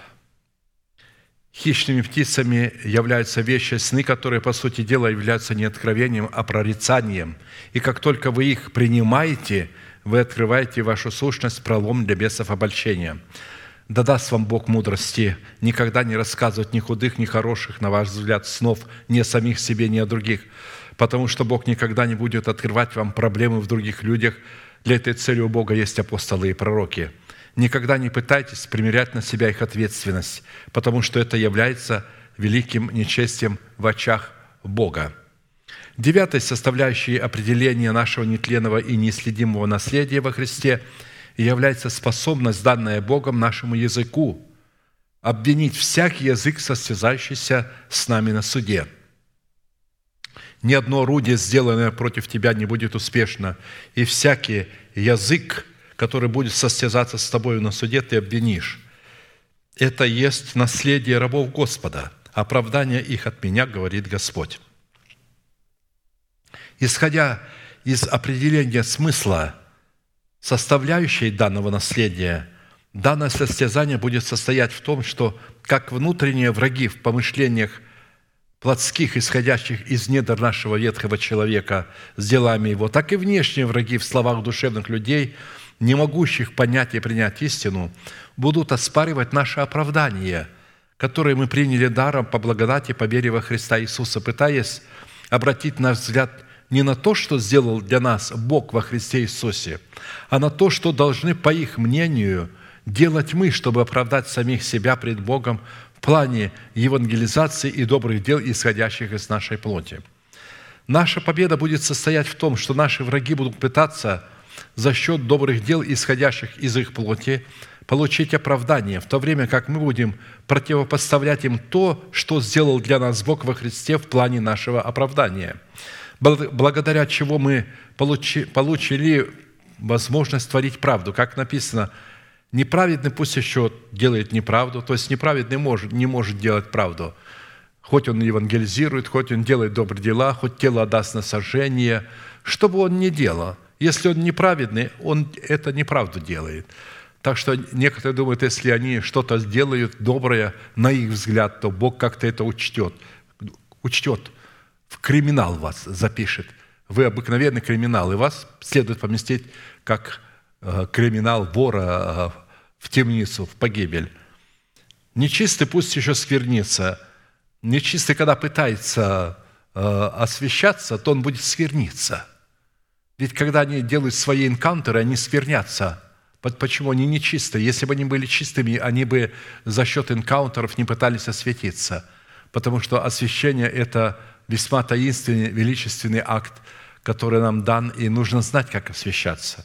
хищными птицами являются вещи, сны, которые, по сути дела, являются не откровением, а прорицанием. И как только вы их принимаете, вы открываете вашу сущность, пролом для бесов обольщения. Да даст вам Бог мудрости никогда не рассказывать ни худых, ни хороших, на ваш взгляд, снов ни о самих себе, ни о других, потому что Бог никогда не будет открывать вам проблемы в других людях. Для этой цели у Бога есть апостолы и пророки. Никогда не пытайтесь примерять на себя их ответственность, потому что это является великим нечестием в очах Бога. Девятой составляющей определения нашего нетленного и неисследимого наследия во Христе является способность, данная Богом нашему языку, обвинить всякий язык, состязающийся с нами на суде. Ни одно орудие, сделанное против тебя, не будет успешно, и всякий язык, который будет состязаться с тобою на суде, ты обвинишь. Это есть наследие рабов Господа, оправдание их от меня, говорит Господь. Исходя из определения смысла составляющей данного наследия, данное состязание будет состоять в том, что как внутренние враги в помышлениях плотских, исходящих из недр нашего ветхого человека с делами его, так и внешние враги в словах душевных людей, не могущих понять и принять истину, будут оспаривать наше оправдание, которое мы приняли даром по благодати, по вере во Христа Иисуса, пытаясь обратить наш взгляд не на то, что сделал для нас Бог во Христе Иисусе, а на то, что должны, по их мнению, делать мы, чтобы оправдать самих себя пред Богом в плане евангелизации и добрых дел, исходящих из нашей плоти. Наша победа будет состоять в том, что наши враги будут пытаться за счет добрых дел, исходящих из их плоти, получить оправдание, в то время как мы будем противопоставлять им то, что сделал для нас Бог во Христе в плане нашего оправдания, благодаря чего мы получи, получили возможность творить правду. Как написано, неправедный пусть еще делает неправду, то есть неправедный может, не может делать правду. Хоть он евангелизирует, хоть он делает добрые дела, хоть тело отдаст на сожжение, что бы он ни делал, если он неправедный, он это неправду делает. Так что некоторые думают, если они что-то сделают доброе, на их взгляд, то Бог как-то это учтет. Учтет. В криминал вас запишет. Вы обыкновенный криминал, и вас следует поместить как криминал вора в темницу, в погибель. Нечистый пусть еще сквернится. Нечистый, когда пытается освящаться, то он будет скверниться. Ведь когда они делают свои энкаунтеры, они сквернятся. Почему они нечистые? Если бы они были чистыми, они бы за счет энкаунтеров не пытались осветиться. Потому что освящение – это весьма таинственный, величественный акт, который нам дан, и нужно знать, как освящаться.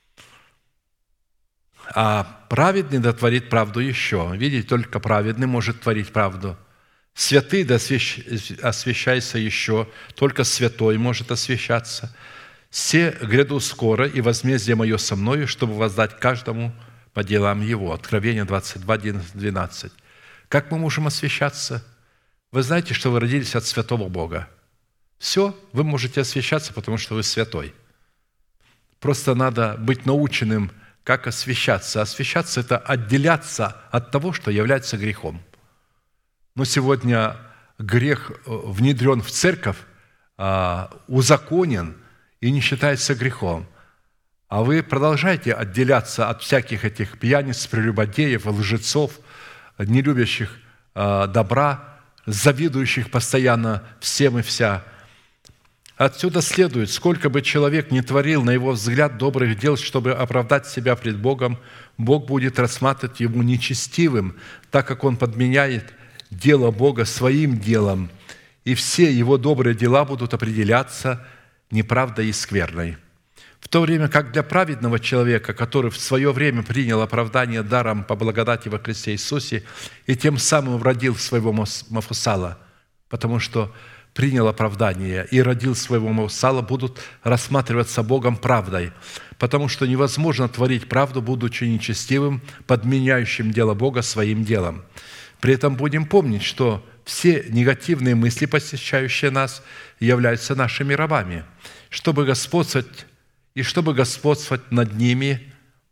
А праведный да творит правду еще. Видите, только праведный может творить правду. Святый да освящайся еще, только святой может освящаться. «Се гряду скоро, и возмездие мое со мною, чтобы воздать каждому по делам его». Откровение двадцать два, одиннадцать, двенадцать. Как мы можем освящаться? Вы знаете, что вы родились от святого Бога. Все, вы можете освящаться, потому что вы святой. Просто надо быть наученным, как освящаться. Освящаться – это отделяться от того, что является грехом. Но сегодня грех внедрен в церковь, узаконен, и не считается грехом. А вы продолжаете отделяться от всяких этих пьяниц, прелюбодеев, лжецов, не любящих добра, завидующих постоянно всем и вся. Отсюда следует, сколько бы человек ни творил, на его взгляд, добрых дел, чтобы оправдать себя пред Богом, Бог будет рассматривать ему нечестивым, так как он подменяет дело Бога своим делом, и все его добрые дела будут определяться неправдой и скверной. В то время как для праведного человека, который в свое время принял оправдание даром по благодати во Христе Иисусе и тем самым родил своего Мафусала, потому что принял оправдание и родил своего Мафусала, будут рассматриваться Богом правдой, потому что невозможно творить правду, будучи нечестивым, подменяющим дело Бога своим делом. При этом будем помнить, что все негативные мысли, посещающие нас, являются нашими рабами, чтобы господствовать и чтобы господствовать над ними,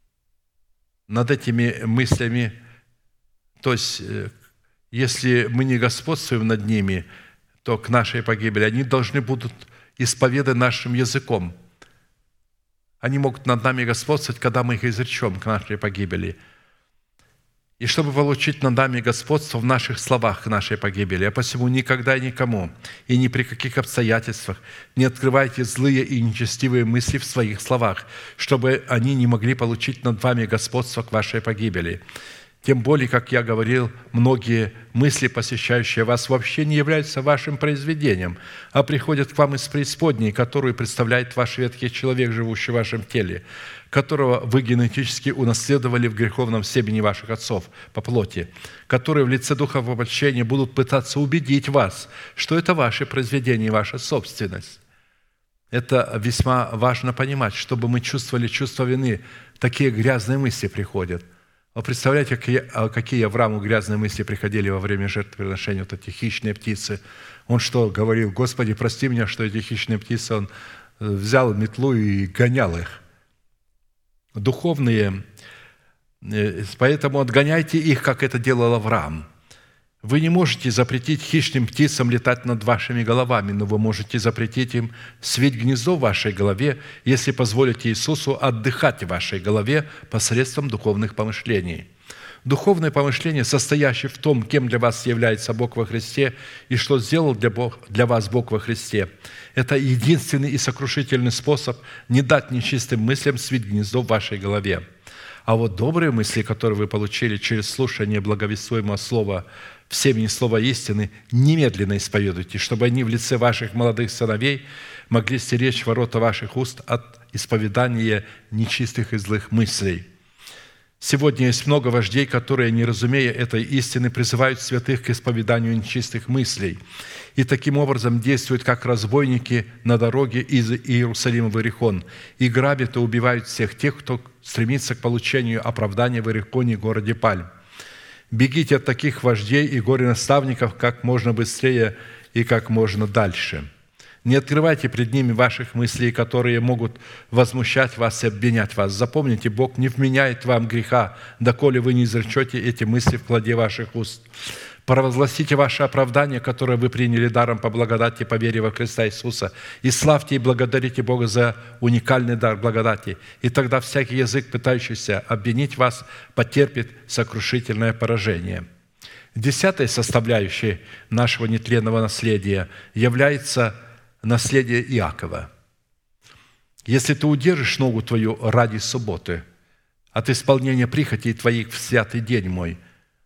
над этими мыслями. То есть, если мы не господствуем над ними, то к нашей погибели они должны будут исповеданы нашим языком. Они могут над нами господствовать, когда мы их изречем к нашей погибели. И чтобы получить над нами господство в наших словах к нашей погибели. А посему никогда и никому, и ни при каких обстоятельствах не открывайте злые и нечестивые мысли в своих словах, чтобы они не могли получить над вами господство к вашей погибели. Тем более, как я говорил, многие мысли, посещающие вас, вообще не являются вашим произведением, а приходят к вам из преисподней, которую представляет ваш ветхий человек, живущий в вашем теле, которого вы генетически унаследовали в греховном семени ваших отцов по плоти, которые в лице Духа воплощения будут пытаться убедить вас, что это ваше произведение и ваша собственность. Это весьма важно понимать, чтобы мы чувствовали чувство вины. Такие грязные мысли приходят. Вы представляете, какие, какие Аврааму грязные мысли приходили во время жертвоприношения, вот эти хищные птицы. Он что, говорил: «Господи, прости меня, что эти хищные птицы», он взял метлу и гонял их. Духовные, поэтому отгоняйте их, как это делал Авраам. Вы не можете запретить хищным птицам летать над вашими головами, но вы можете запретить им свить гнездо в вашей голове, если позволите Иисусу отдыхать в вашей голове посредством духовных помышлений. Духовное помышление, состоящее в том, кем для вас является Бог во Христе и что сделал для, Бог, для вас Бог во Христе, это единственный и сокрушительный способ не дать нечистым мыслям свить гнездо в вашей голове. А вот добрые мысли, которые вы получили через слушание благовествуемого слова в семени слова истины, немедленно исповедуйте, чтобы они в лице ваших молодых сыновей могли стеречь ворота ваших уст от исповедания нечистых и злых мыслей. Сегодня есть много вождей, которые, не разумея этой истины, призывают святых к исповеданию нечистых мыслей и таким образом действуют как разбойники на дороге из Иерусалима в Иерихон и грабят и убивают всех тех, кто стремится к получению оправдания в Иерихоне, городе Пальм. Бегите от таких вождей и горе-наставников как можно быстрее и как можно дальше. Не открывайте пред ними ваших мыслей, которые могут возмущать вас и обвинять вас. Запомните, Бог не вменяет вам греха, доколе вы не изречете эти мысли в плоде ваших уст. Провозгласите ваше оправдание, которое вы приняли даром по благодати, по вере во Христа Иисуса, и славьте и благодарите Бога за уникальный дар благодати. И тогда всякий язык, пытающийся обвинить вас, потерпит сокрушительное поражение. Десятой составляющей нашего нетленного наследия является наследие Иакова. Если ты удержишь ногу твою ради субботы от исполнения прихотей твоих в святый день мой,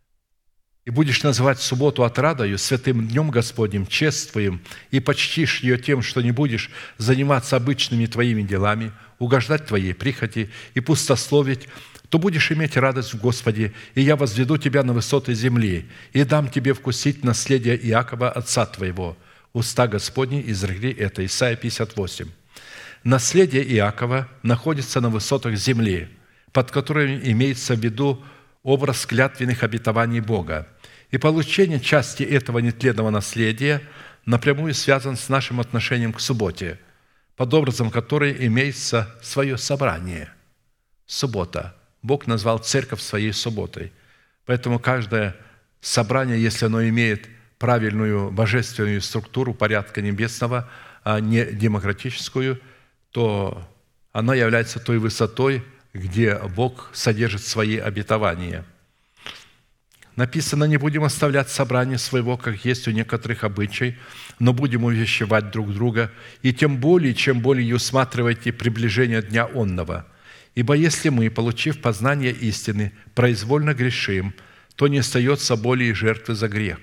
и будешь называть субботу отрадою, святым днем Господним, чествуем, и почтишь ее тем, что не будешь заниматься обычными твоими делами, угождать твоей прихоти и пустословить, то будешь иметь радость в Господе, и я возведу тебя на высоты земли, и дам тебе вкусить наследие Иакова, отца твоего». Уста Господни изрекли это. Исайя пятьдесят восемь. Наследие Иакова находится на высотах земли, под которыми имеется в виду образ клятвенных обетований Бога. И получение части этого нетленного наследия напрямую связан с нашим отношением к субботе, под образом которой имеется свое собрание. Суббота. Бог назвал церковь своей субботой. Поэтому каждое собрание, если оно имеет правильную божественную структуру порядка небесного, а не демократическую, то она является той высотой, где Бог содержит свои обетования. Написано: «Не будем оставлять собрание своего, как есть у некоторых обычай, но будем увещевать друг друга, и тем более, чем более усматривайте приближение дня онного. Ибо если мы, получив познание истины, произвольно грешим, то не остается более жертвы за грех,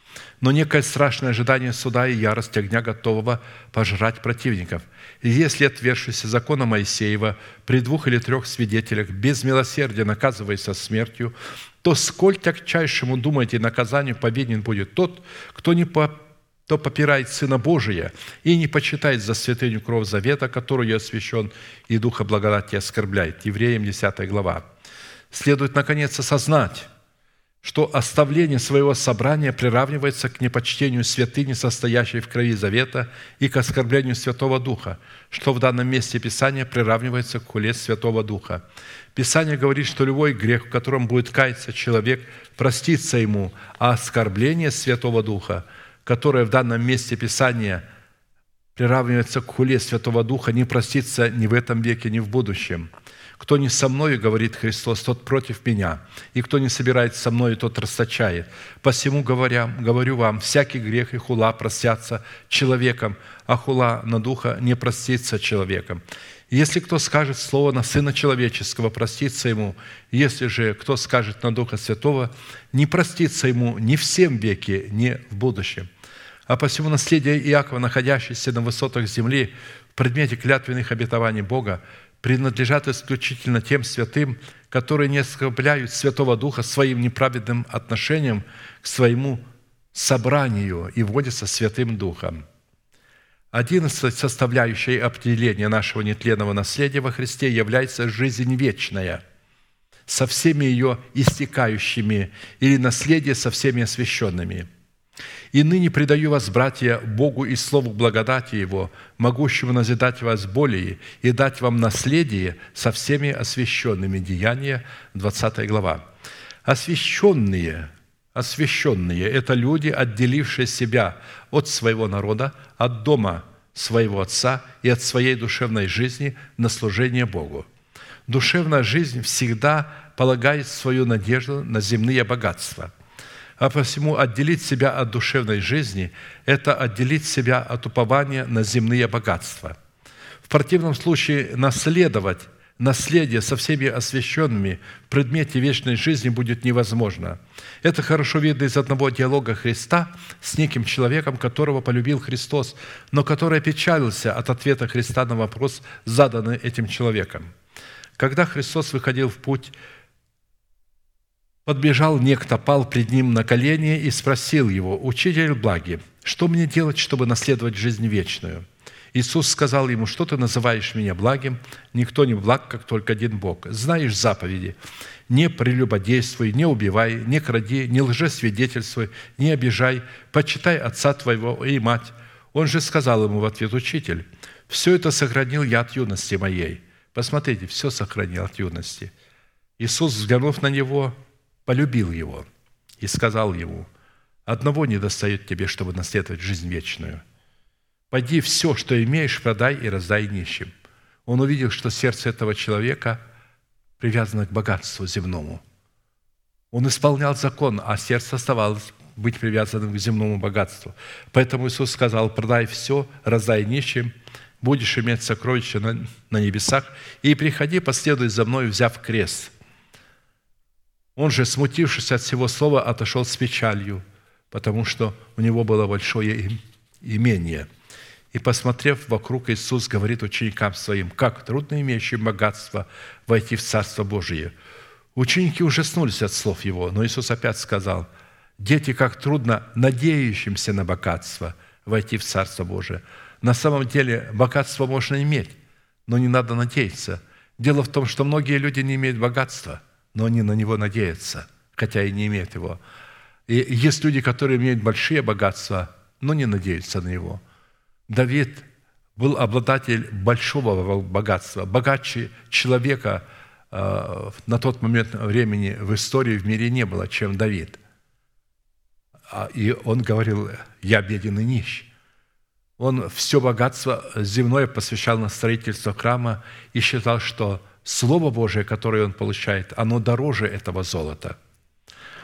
но некое страшное ожидание суда и ярость огня, готового пожрать противников. И если, отвергшийся закона Моисеева, при двух или трех свидетелях без милосердия наказывается смертью, то сколь тягчайшему, думаете, наказанию повинен будет тот, кто не по то попирает Сына Божия и не почитает за святыню кровь завета, которую освящен, и Духа благодати оскорбляет». Евреям десятая глава. Следует, наконец, осознать, что оставление своего собрания приравнивается к непочтению святыни, состоящей в крови завета, и к оскорблению Святого Духа, что в данном месте Писания приравнивается к хуле Святого Духа. Писание говорит, что любой грех, в котором будет каяться человек, простится ему, а оскорбление Святого Духа, которое в данном месте Писания приравнивается к хуле Святого Духа, не простится ни в этом веке, ни в будущем. «Кто не со мною, — говорит Христос, — тот против меня, и кто не собирается со мною, тот расточает. Посему говоря, говорю вам, всякий грех и хула простятся человеком, а хула на Духа не простится человеком. Если кто скажет слово на Сына Человеческого, простится ему. Если же кто скажет на Духа Святого, не простится ему ни в сем веке, ни в будущем. А посему наследие Иакова, находящееся на высотах земли, в предмете клятвенных обетований Бога, принадлежат исключительно тем святым, которые не оскорбляют Святого Духа своим неправедным отношением к своему собранию и водятся Святым Духом». Одиннадцатой составляющей определения нашего нетленного наследия во Христе является жизнь вечная со всеми ее истекающими, или наследие со всеми освященными. «И ныне предаю вас, братья, Богу и Слову благодати Его, могущему назидать вас более и дать вам наследие со всеми освященными». Деяния, двадцатая глава. Освященные, освященные – это люди, отделившие себя от своего народа, от дома своего отца и от своей душевной жизни на служение Богу. Душевная жизнь всегда полагает свою надежду на земные богатства. А посему отделить себя от душевной жизни – это отделить себя от упования на земные богатства. В противном случае наследовать наследие со всеми освященными в предмете вечной жизни будет невозможно. Это хорошо видно из одного диалога Христа с неким человеком, которого полюбил Христос, но который опечалился от ответа Христа на вопрос, заданный этим человеком. Когда Христос выходил в путь, подбежал некто, пал пред ним на колени и спросил его: «Учитель благий, что мне делать, чтобы наследовать жизнь вечную?» Иисус сказал ему: «Что ты называешь меня благим? Никто не благ, как только один Бог. Знаешь заповеди: не прелюбодействуй, не убивай, не кради, не лжесвидетельствуй, не обижай, почитай отца твоего и мать». Он же сказал ему в ответ: «Учитель, все это сохранил я от юности моей». Посмотрите, все сохранил от юности. Иисус, взглянув на него, полюбил его и сказал ему: «Одного недостает тебе, чтобы наследовать жизнь вечную. Пойди, все, что имеешь, продай и раздай нищим». Он увидел, что сердце этого человека привязано к богатству земному. Он исполнял закон, а сердце оставалось быть привязанным к земному богатству. Поэтому Иисус сказал: «Продай все, раздай нищим, будешь иметь сокровища на, на небесах, и приходи, последуй за мной, взяв крест». Он же, смутившись от всего слова, отошел с печалью, потому что у него было большое имение. И, посмотрев вокруг, Иисус говорит ученикам своим: «Как трудно имеющим богатство войти в Царство Божие». Ученики ужаснулись от слов Его, но Иисус опять сказал: «Дети, как трудно надеющимся на богатство войти в Царство Божие». На самом деле богатство можно иметь, но не надо надеяться. Дело в том, что многие люди не имеют богатства, но они на него надеются, хотя и не имеют его. И есть люди, которые имеют большие богатства, но не надеются на него. Давид был обладатель большого богатства, богаче человека э, на тот момент времени в истории в мире не было, чем Давид. И он говорил: «Я беден и нищ». Он все богатство земное посвящал на строительство храма и считал, что Слово Божие, которое он получает, оно дороже этого золота.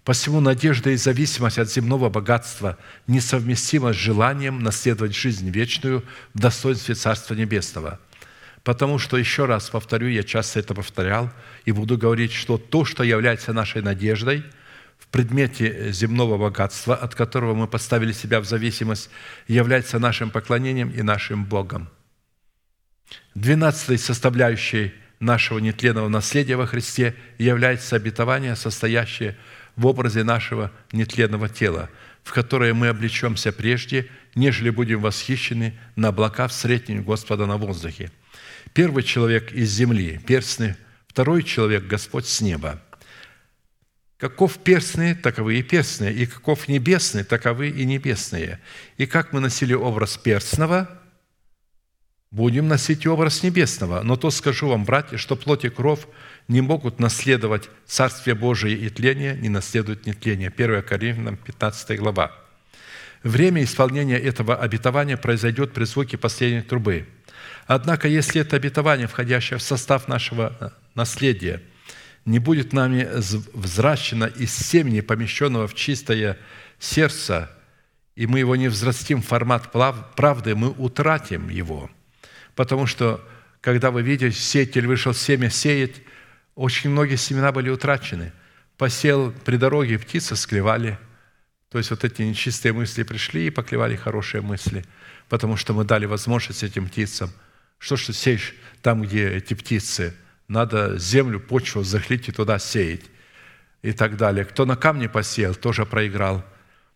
Посему надежда и зависимость от земного богатства несовместима с желанием наследовать жизнь вечную в достоинстве Царства Небесного. Потому что, еще раз повторю, я часто это повторял, и буду говорить, что то, что является нашей надеждой в предмете земного богатства, от которого мы поставили себя в зависимость, является нашим поклонением и нашим Богом. Двенадцатой составляющей нашего нетленного наследия во Христе является обетование, состоящее в образе нашего нетленного тела, в которое мы облечемся прежде, нежели будем восхищены на облака встретим Господа на воздухе. Первый человек из земли, перстный, второй человек – Господь с неба. Каков перстный, таковы и перстные, и каков небесный, таковы и небесные. И как мы носили образ перстного, будем носить и образ небесного. Но то скажу вам, братья, что плоть и кровь не могут наследовать Царствие Божие, и тление не наследует нетление. первое Коринфянам пятнадцатая глава. Время исполнения этого обетования произойдет при звуке последней трубы. Однако, если это обетование, входящее в состав нашего наследия, не будет нами взращено из семени, помещенного в чистое сердце, и мы его не взрастим в формат правды, мы утратим его. Потому что, когда вы видите, сеятель вышел семя сеять, очень многие семена были утрачены. Посел при дороге, птицы склевали. То есть вот эти нечистые мысли пришли и поклевали хорошие мысли, потому что мы дали возможность этим птицам. Что ж ты сеешь там, где эти птицы? Надо землю, почву захлить и туда сеять. И так далее. Кто на камне посеял, тоже проиграл.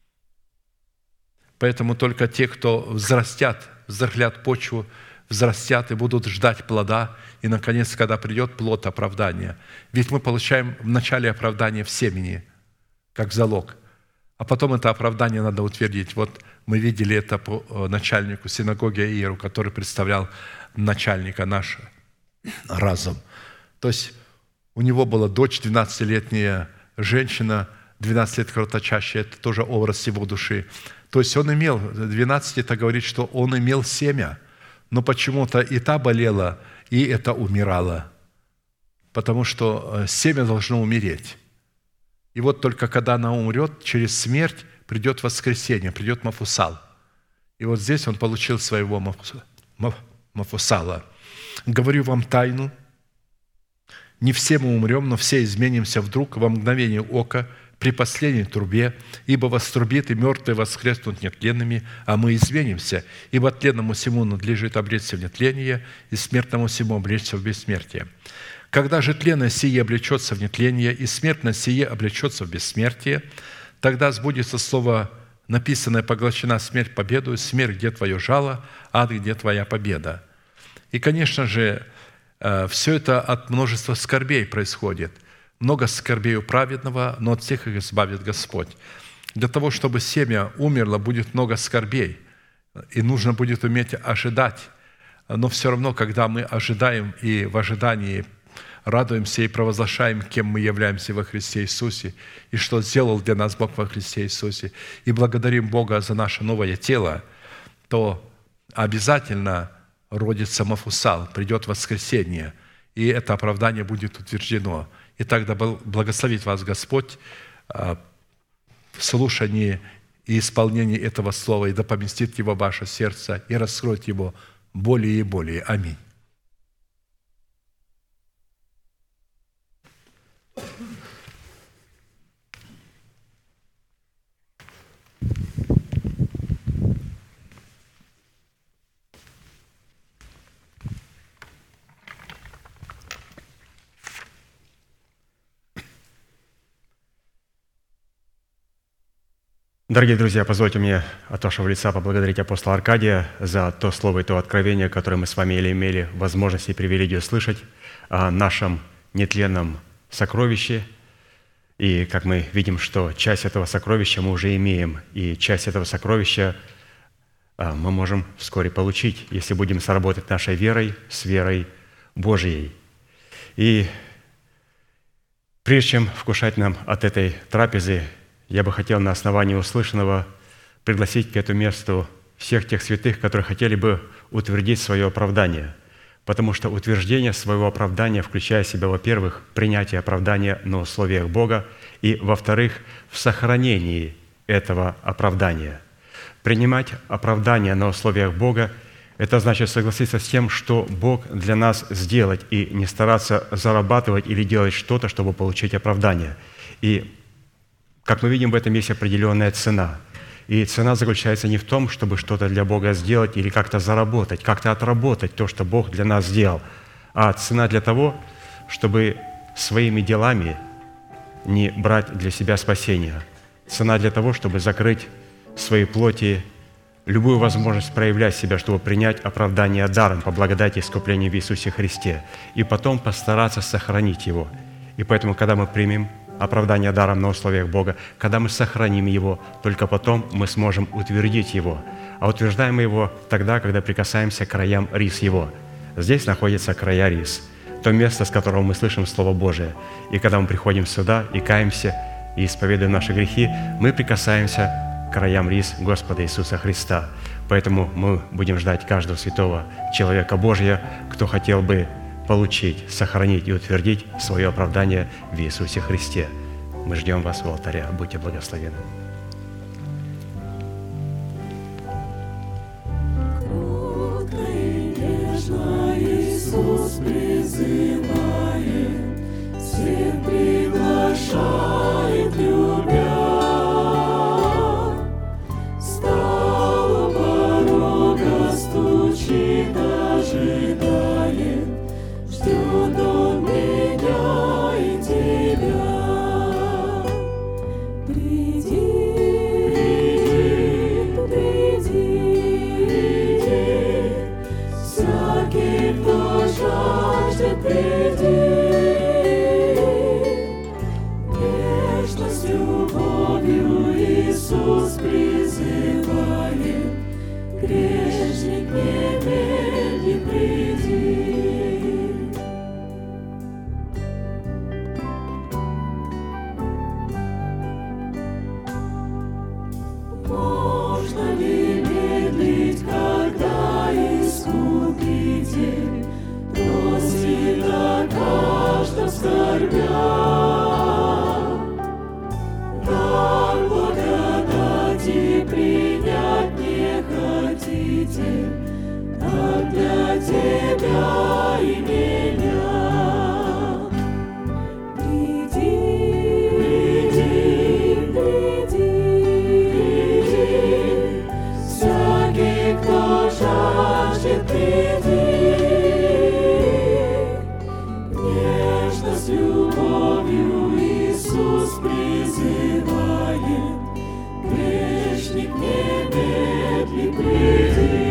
Поэтому только те, кто взрастят, взрыхлят почву, взрастят и будут ждать плода, и, наконец, когда придет плод оправдания. Ведь мы получаем в начале оправдания в семени, как залог. А потом это оправдание надо утвердить. Вот мы видели это по начальнику синагоги Иеру, который представлял начальника наш разум. То есть у него была дочь, двенадцатилетняя женщина, двенадцать лет кровоточащая, это тоже образ его души. То есть он имел, двенадцать это говорит, что он имел семя, но почему-то и та болела, и это умирала, потому что семя должно умереть. И вот только когда она умрет, через смерть придет воскресение, придет Мафусал. И вот здесь он получил своего Мафусала. Говорю вам тайну, не все мы умрем, но все изменимся вдруг во мгновение ока при последней трубе, ибо вострубит, и мертвые воскреснут нетленными, а мы изменимся, ибо тленному всему надлежит облечься в нетление, и смертному всему облечься в бессмертие. Когда же тленное сие облечется в нетление, и смертное сие облечется в бессмертие, тогда сбудется слово, написанное: «Поглощена смерть победою, смерть, где твое жало, ад, где твоя победа». И, конечно же, все это от множества скорбей происходит. Много скорбей у праведного, но от всех их избавит Господь. Для того, чтобы семя умерло, будет много скорбей, и нужно будет уметь ожидать. Но все равно, когда мы ожидаем и в ожидании радуемся и провозглашаем, кем мы являемся во Христе Иисусе, и что сделал для нас Бог во Христе Иисусе, и благодарим Бога за наше новое тело, то обязательно родится Мафусал, придет воскресение, и это оправдание будет утверждено. И тогда благословит вас Господь в слушании и исполнении этого слова, и да поместит его в ваше сердце, и раскроет его более и более. Аминь. Дорогие друзья, позвольте мне от вашего лица поблагодарить апостола Аркадия за то слово и то откровение, которое мы с вами имели возможность и привилегию слышать о нашем нетленном сокровище. И как мы видим, что часть этого сокровища мы уже имеем, и часть этого сокровища мы можем вскоре получить, если будем соработать нашей верой с верой Божьей. И прежде чем вкушать нам от этой трапезы, я бы хотел на основании услышанного пригласить к этому месту всех тех святых, которые хотели бы утвердить свое оправдание, потому что утверждение своего оправдания включает в себя, во-первых, принятие оправдания на условиях Бога и, во-вторых, в сохранении этого оправдания. Принимать оправдание на условиях Бога – это значит согласиться с тем, что Бог для нас сделать, и не стараться зарабатывать или делать что-то, чтобы получить оправдание. И, как мы видим, в этом есть определенная цена. И цена заключается не в том, чтобы что-то для Бога сделать или как-то заработать, как-то отработать то, что Бог для нас сделал, а цена для того, чтобы своими делами не брать для себя спасения. Цена для того, чтобы закрыть в своей плоти любую возможность проявлять себя, чтобы принять оправдание даром по благодати искупления в Иисусе Христе, и потом постараться сохранить его. И поэтому, когда мы примем оправдание даром на условиях Бога, когда мы сохраним его, только потом мы сможем утвердить его. А утверждаем мы его тогда, когда прикасаемся к краям рис его. Здесь находится края рис, то место, с которого мы слышим Слово Божие. И когда мы приходим сюда и каемся, и исповедуем наши грехи, мы прикасаемся к краям рис Господа Иисуса Христа. Поэтому мы будем ждать каждого святого человека Божия, кто хотел бы получить, сохранить и утвердить свое оправдание в Иисусе Христе. Мы ждем вас у алтаря. Будьте благословенны. Кротко и нежно Иисус призывает, всех приглашает, любя. Стал у порога, стучит, ожидает, ждет Он меня и тебя. Приди, приди, приди, всякий, кто жаждет, приди. Нежно, с любовью Иисус призывает, грешник, немедли приди. Можно ли медлить, когда Искупитель просит о каждом скорбях? Дар благодати принять не хотите, а для тебя и меня. Приди, приди, приди, всякий, кто жаждет, приди. Нежно, с любовью Иисус призывает, грешник, немедли приди.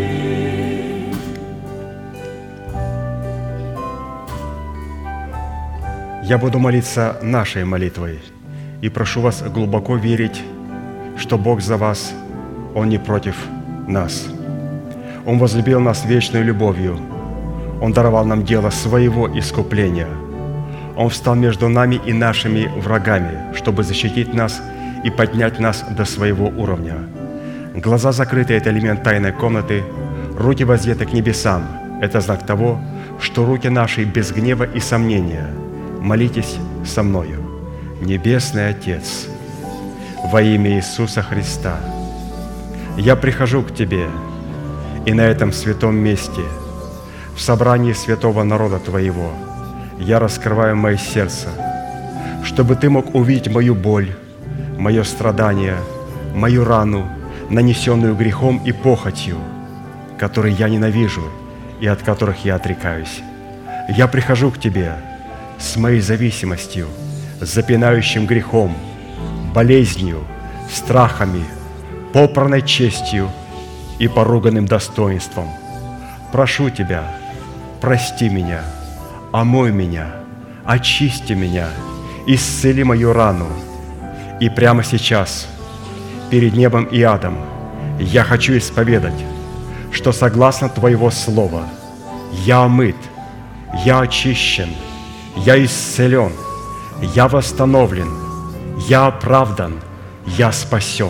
Я буду молиться нашей молитвой и прошу вас глубоко верить, что Бог за вас, Он не против нас. Он возлюбил нас вечной любовью. Он даровал нам дело своего искупления. Он встал между нами и нашими врагами, чтобы защитить нас и поднять нас до своего уровня. Глаза закрыты – это элемент тайной комнаты, руки воздеты к небесам – это знак того, что руки наши без гнева и сомнения. Молитесь со мною. Небесный Отец, во имя Иисуса Христа, я прихожу к Тебе, и на этом святом месте, в собрании святого народа Твоего, я раскрываю мое сердце, чтобы Ты мог увидеть мою боль, мое страдание, мою рану, нанесенную грехом и похотью, которые я ненавижу и от которых я отрекаюсь. Я прихожу к Тебе с моей зависимостью, с запинающим грехом, болезнью, страхами, попранной честью и поруганным достоинством. Прошу Тебя, прости меня, омой меня, очисти меня, исцели мою рану. И прямо сейчас, перед небом и адом, я хочу исповедать, что согласно Твоего Слова я омыт, я очищен, я исцелен, я восстановлен, я оправдан, я спасен.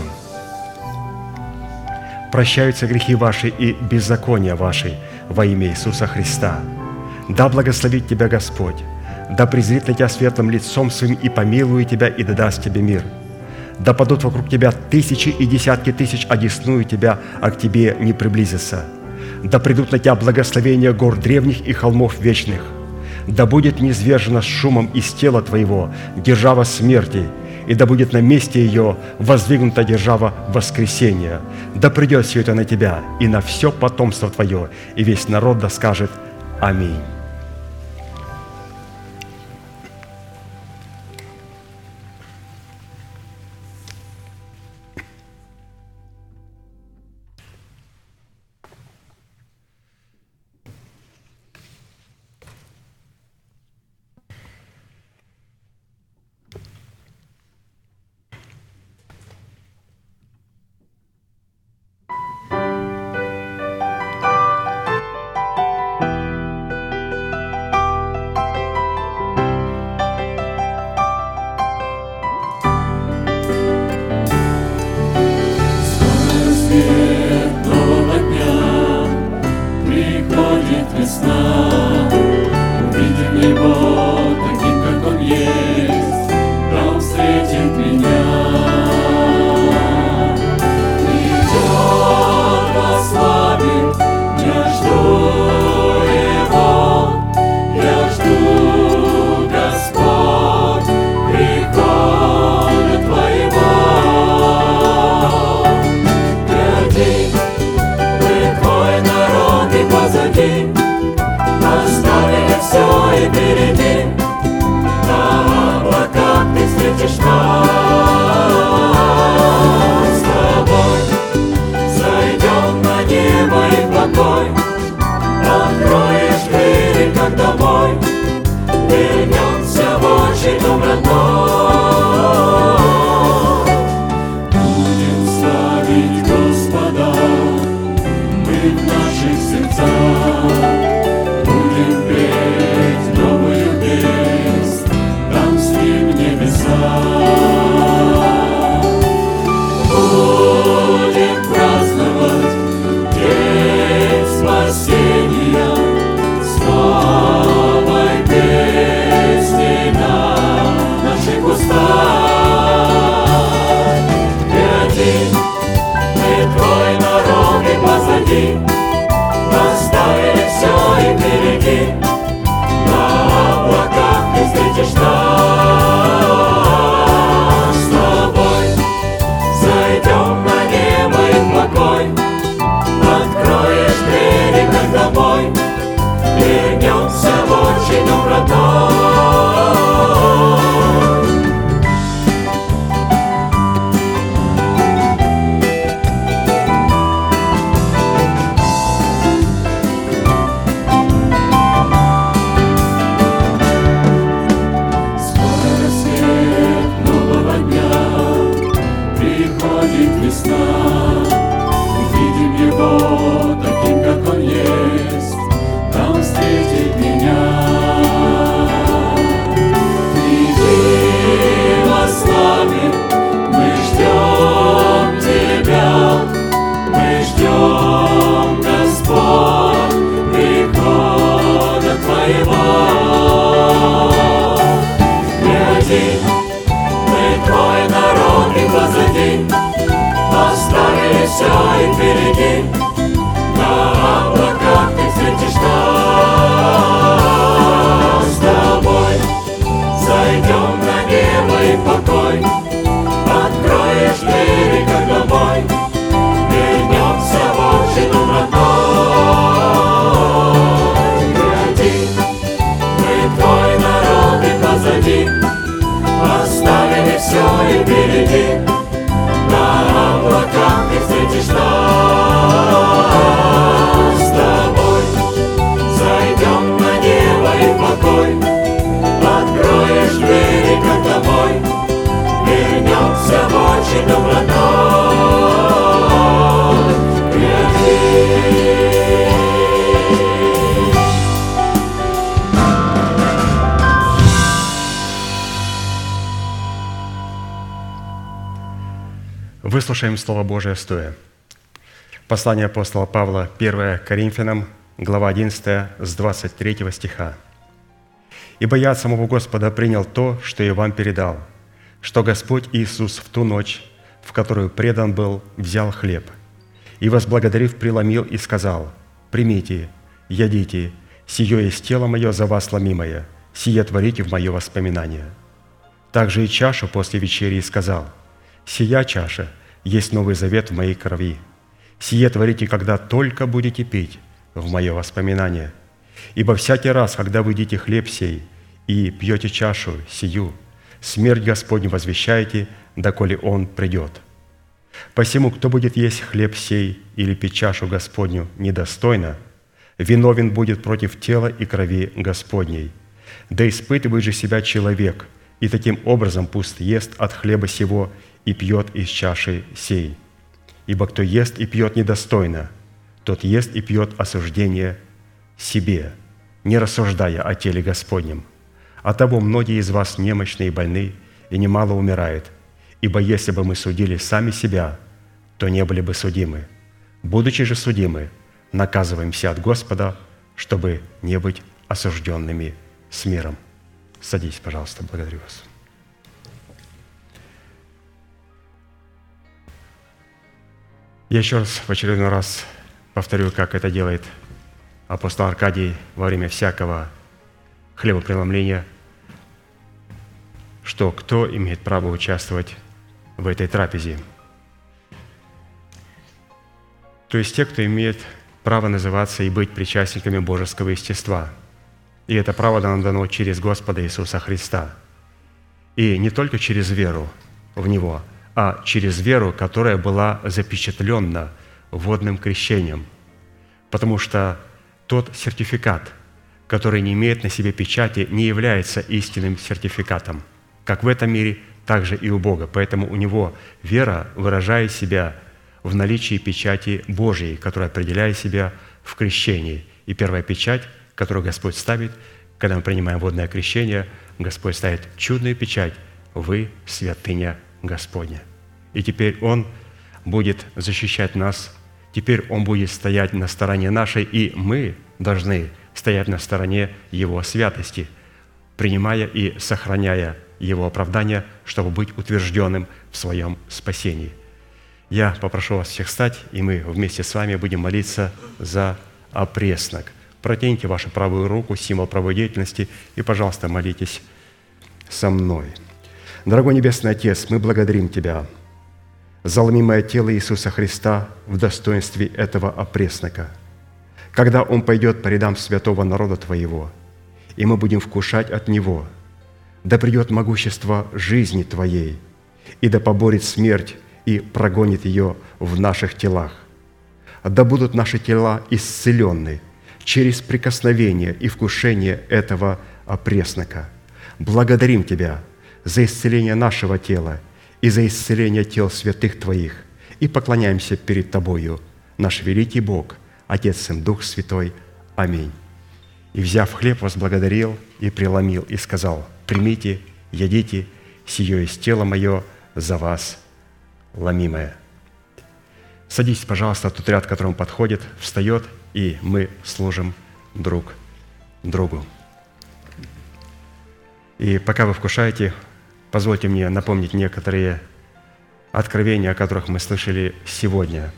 Прощаются грехи ваши и беззакония ваши во имя Иисуса Христа. Да благословит Тебя Господь, Да презрит на тебя светлым лицом своим и помилует тебя, и дадаст тебе мир. Да падут вокруг тебя тысячи и десятки тысяч, одесную тебя, а к тебе не приблизятся. Да придут на тебя благословения гор древних и холмов вечных. Да будет низвержена с шумом из тела твоего держава смерти, и да будет на месте ее воздвигнута держава воскресения. Да придет все это на тебя и на все потомство твое, и весь народ да скажет Аминь». Выслушаем Слово Божие стоя. Послание апостола Павла, первое Коринфянам, глава одиннадцатая, с двадцать третьего стиха. Ибо я от самого Господа принял то, что и вам передал, что Господь Иисус в ту ночь, в которую предан был, взял хлеб, и, возблагодарив, преломил и сказал: «Примите, ядите, сие есть тело мое за вас ломимое, сие творите в мое воспоминание». Также и чашу после вечери сказал: «Сия чаша есть новый завет в моей крови. Сие творите, когда только будете пить в мое воспоминание. Ибо всякий раз, когда вы едите хлеб сей и пьете чашу сию, смерть Господню возвещаете, доколе Он придет. Посему, кто будет есть хлеб сей или пить чашу Господню недостойно, виновен будет против тела и крови Господней. Да испытывает же себя человек, и таким образом пусть ест от хлеба сего и пьет из чаши сей. Ибо кто ест и пьет недостойно, тот ест и пьет осуждение себе, не рассуждая о теле Господнем. Оттого многие из вас немощны и больны, и немало умирает. Ибо если бы мы судили сами себя, то не были бы судимы. Будучи же судимы, наказываемся от Господа, чтобы не быть осужденными с миром». Садитесь, пожалуйста, благодарю вас. Я еще раз, в очередной раз повторю, как это делает апостол Аркадий во время всякого хлебопреломления, что кто имеет право участвовать в этой трапезе. То есть те, кто имеет право называться и быть причастниками божеского естества. И это право нам дано через Господа Иисуса Христа. И не только через веру в Него, а через веру, которая была запечатлена водным крещением. Потому что тот сертификат, который не имеет на себе печати, не является истинным сертификатом. Как в этом мире, так же и у Бога. Поэтому у Него вера выражает себя в наличии печати Божьей, которая определяет себя в крещении. И первая печать, которую Господь ставит, когда мы принимаем водное крещение, Господь ставит чудную печать: «Вы святыня Господня». И теперь Он будет защищать нас, теперь Он будет стоять на стороне нашей, и мы должны стоять на стороне Его святости, принимая и сохраняя Его оправдание, чтобы быть утвержденным в своем спасении. Я попрошу вас всех встать, и мы вместе с вами будем молиться за опреснок. Протяните вашу правую руку, символ правой деятельности, и, пожалуйста, молитесь со мной. Дорогой Небесный Отец, мы благодарим Тебя за ломимое тело Иисуса Христа в достоинстве этого опреснока, когда Он пойдет по рядам святого народа Твоего, и мы будем вкушать от Него. Да придет могущество жизни Твоей, и да поборет смерть и прогонит ее в наших телах. Да будут наши тела исцеленны через прикосновение и вкушение этого опреснока. Благодарим Тебя за исцеление нашего тела и за исцеление тел святых Твоих, и поклоняемся перед Тобою, наш великий Бог, Отец, Сын, Дух Святой. Аминь. И, взяв хлеб, возблагодарил и преломил, и сказал: «Примите, ядите, сие есть тело мое за вас ломимое». Садитесь, пожалуйста, тот ряд, к которому подходит, встает, и мы служим друг другу. И пока вы вкушаете, позвольте мне напомнить некоторые откровения, о которых мы слышали сегодня.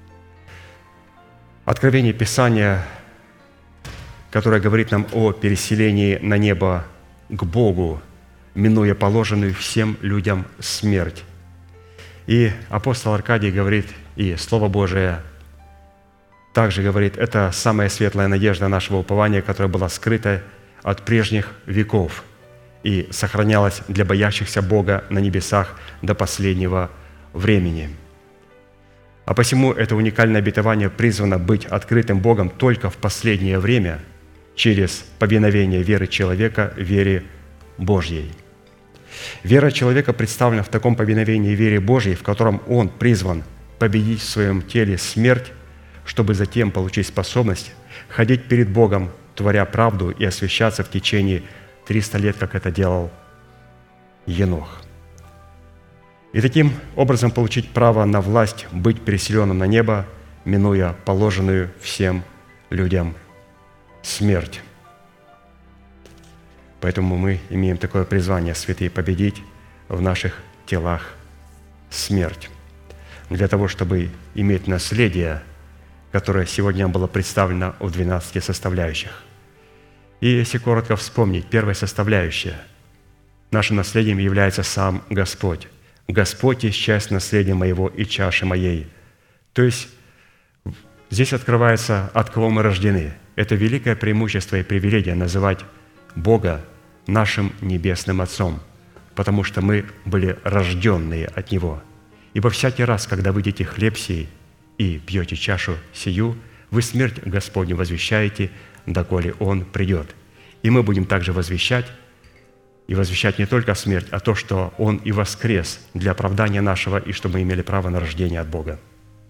Откровение Писания, которое говорит нам о переселении на небо к Богу, минуя положенную всем людям смерть. И апостол Аркадий говорит, и Слово Божие также говорит, это самая светлая надежда нашего упования, которая была скрыта от прежних веков и сохранялась для боящихся Бога на небесах до последнего времени. А посему это уникальное обетование призвано быть открытым Богом только в последнее время через повиновение веры человека вере Божьей. Вера человека представлена в таком повиновении вере Божьей, в котором он призван победить в своем теле смерть, чтобы затем получить способность ходить перед Богом, творя правду и освящаться в течение триста лет, как это делал Енох. И таким образом получить право на власть быть переселенным на небо, минуя положенную всем людям смерть. Поэтому мы имеем такое призвание, святые, победить в наших телах смерть, для того, чтобы иметь наследие, которое сегодня было представлено в двенадцати составляющих. И если коротко вспомнить, первая составляющая – нашим наследием является сам Господь. «Господь есть часть наследия моего и чаши моей». То есть здесь открывается, от кого мы рождены. Это великое преимущество и привилегия называть Бога нашим Небесным Отцом, потому что мы были рожденные от Него. Ибо всякий раз, когда вы едите хлеб сей и пьете чашу сию, вы смерть Господню возвещаете, доколе Он придет. И мы будем также возвещать, и возвещать не только смерть, а то, что Он и воскрес для оправдания нашего, и чтобы мы имели право на рождение от Бога.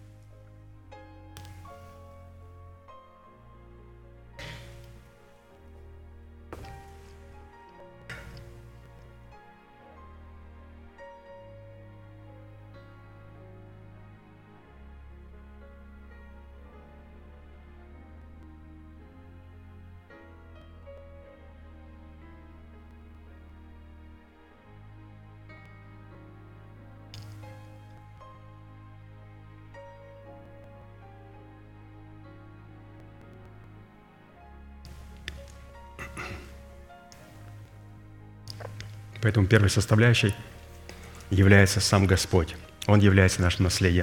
Поэтому первой составляющей является сам Господь. Он является нашим наследием.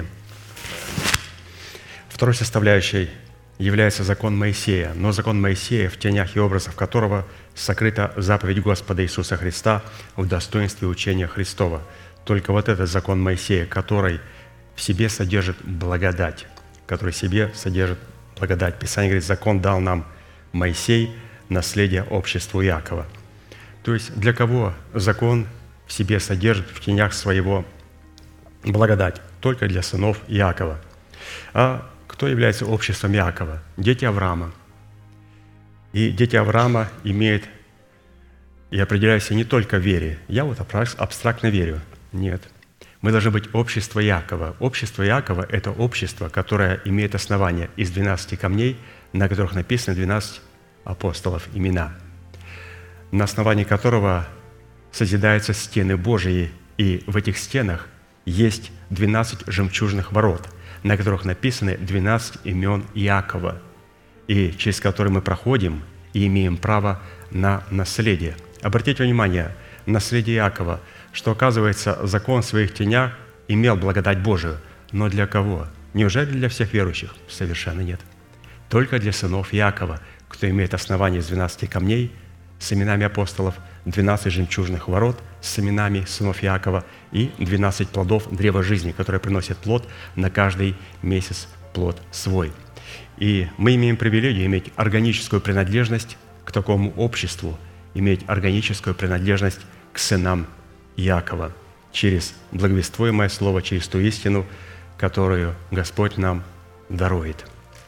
Второй составляющей является закон Моисея, но закон Моисея, в тенях и образах которого сокрыта заповедь Господа Иисуса Христа в достоинстве учения Христова. Только вот этот закон Моисея, который в себе содержит благодать, который в себе содержит благодать. Писание говорит, закон дал нам Моисей, наследие обществу Иакова. То есть для кого закон в себе содержит в тенях своего благодать? Только для сынов Иакова. А кто является обществом Иакова? Дети Авраама. И дети Авраама имеют и определяются не только в вере. Я вот абстрактно верю. Нет. Мы должны быть общество Иакова. Общество Иакова – это общество, которое имеет основание из двенадцати камней, на которых написаны двенадцать апостолов имена, на основании которого созидаются стены Божии, и в этих стенах есть двенадцать жемчужных ворот, на которых написаны двенадцать имен Иакова, и через которые мы проходим и имеем право на наследие. Обратите внимание, наследие Иакова, что, оказывается, закон в своих тенях имел благодать Божию. Но для кого? Неужели для всех верующих? Совершенно нет. Только для сынов Иакова, кто имеет основание из двенадцати камней, с именами апостолов, двенадцать жемчужных ворот с именами сынов Иакова и двенадцать плодов древа жизни, которое приносит плод на каждый месяц, плод свой. И мы имеем привилегию иметь органическую принадлежность к такому обществу, иметь органическую принадлежность к сынам Иакова через благовествуемое слово, через ту истину, которую Господь нам дарует.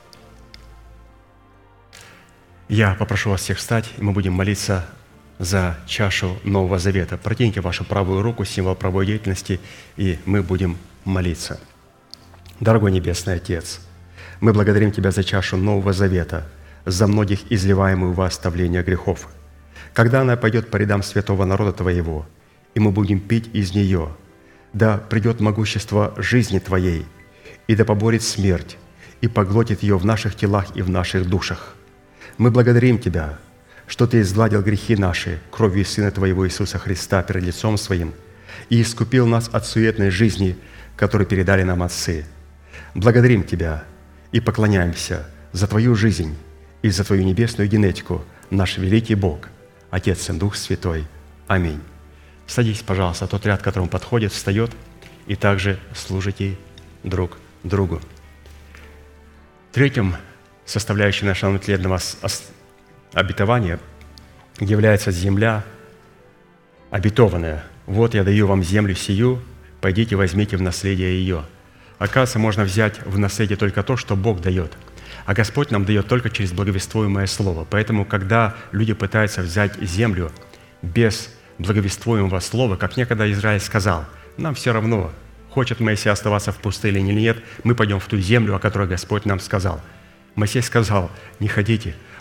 Я попрошу вас всех встать, и мы будем молиться за чашу Нового Завета. Протяните вашу правую руку, символ правой деятельности, и мы будем молиться. Дорогой Небесный Отец, мы благодарим Тебя за чашу Нового Завета, за многих изливаемую во оставление грехов. Когда она пойдет по рядам святого народа Твоего, и мы будем пить из нее, да придет могущество жизни Твоей, и да поборет смерть, и поглотит ее в наших телах и в наших душах. Мы благодарим Тебя, что Ты изгладил грехи наши кровью Сына Твоего Иисуса Христа перед лицом Своим и искупил нас от суетной жизни, которую передали нам отцы. Благодарим Тебя и поклоняемся за Твою жизнь и за Твою небесную генетику, наш великий Бог, Отец и Дух Святой. Аминь. Садитесь, пожалуйста, тот ряд, к которому подходит, встает, и также служите друг другу. Третьим составляющей нашего наследного обетования является земля обетованная. «Вот я даю вам землю сию, пойдите возьмите в наследие ее». Оказывается, можно взять в наследие только то, что Бог дает. А Господь нам дает только через благовествуемое слово. Поэтому, когда люди пытаются взять землю без благовествуемого слова, как некогда Израиль сказал, нам все равно, хочет Моисей оставаться в пустыне или нет, мы пойдем в ту землю, о которой Господь нам сказал. Моисей сказал, не ходите,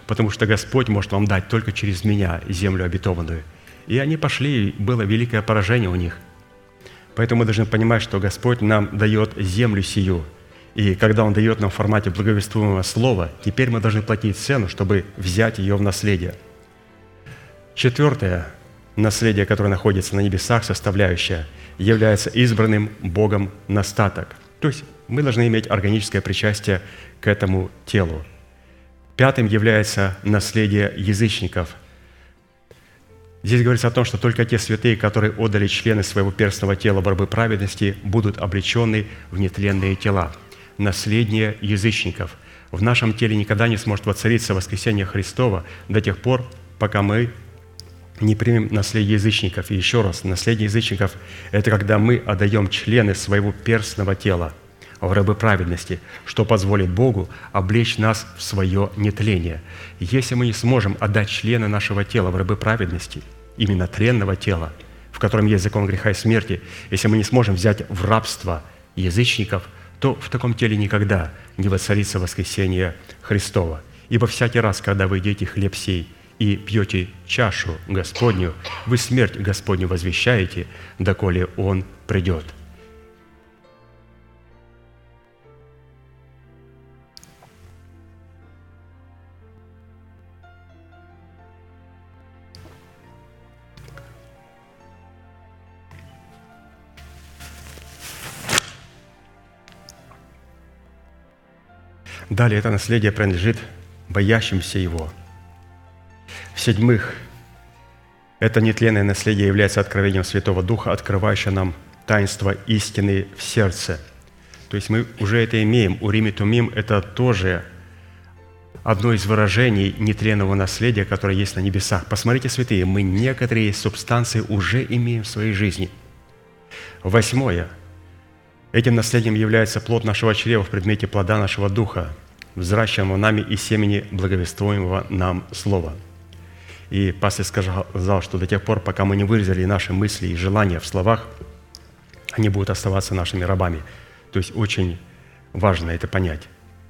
потому что Господь может вам дать только через меня землю обетованную». И они пошли, и было великое поражение у них. Поэтому мы должны понимать, что Господь нам дает землю сию. И когда Он дает нам в формате благовествуемого слова, теперь мы должны платить цену, чтобы взять ее в наследие. Четвертое наследие, которое находится на небесах, составляющая, является избранным Богом настаток. То есть мы должны иметь органическое причастие к этому телу. Пятым является наследие язычников. Здесь говорится о том, что только те святые, которые отдали члены своего перстного тела в рабы праведности, будут облечены в нетленные тела. Наследие язычников. В нашем теле никогда не сможет воцариться воскресение Христова до тех пор, пока мы не примем наследие язычников. И еще раз, наследие язычников – это когда мы отдаем члены своего перстного тела в рабы праведности, что позволит Богу облечь нас в свое нетление. Если мы не сможем отдать члены нашего тела в рабы праведности, именно тленного тела, в котором есть закон греха и смерти, если мы не сможем взять в рабство язычников, то в таком теле никогда не воцарится воскресение Христова. Ибо всякий раз, когда вы едите хлеб сей и пьете чашу Господню, вы смерть Господню возвещаете, доколе Он придет». Далее, это наследие принадлежит боящимся Его. В-седьмых, это нетленное наследие является откровением Святого Духа, открывающее нам таинство истины в сердце. То есть мы уже это имеем. Урим и Тумим – это тоже одно из выражений нетленного наследия, которое есть на небесах. Посмотрите, святые, мы некоторые субстанции уже имеем в своей жизни. Восьмое. Этим наследием является плод нашего чрева в предмете плода нашего Духа, взращенного нами из семени благовествуемого нам Слова. И пастырь сказал, что до тех пор, пока мы не выразили наши мысли и желания в словах, они будут оставаться нашими рабами. То есть очень важно это понять.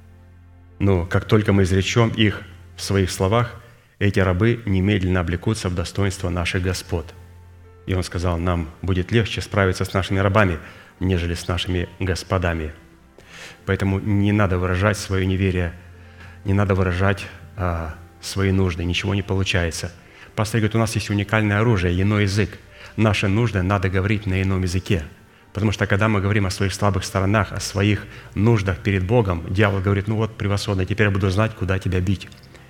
Но как только мы изречем их в своих словах, эти рабы немедленно облекутся в достоинство наших господ. И он сказал, нам будет легче справиться с нашими рабами, нежели с нашими господами. Поэтому не надо выражать свое неверие, не надо выражать а, свои нужды, ничего не получается. Пастор говорит, у нас есть уникальное оружие, иной язык. Наши нужды надо говорить на ином языке. Потому что когда мы говорим о своих слабых сторонах, о своих нуждах перед Богом, дьявол говорит, ну вот, превосходно, теперь я буду знать, куда тебя бить.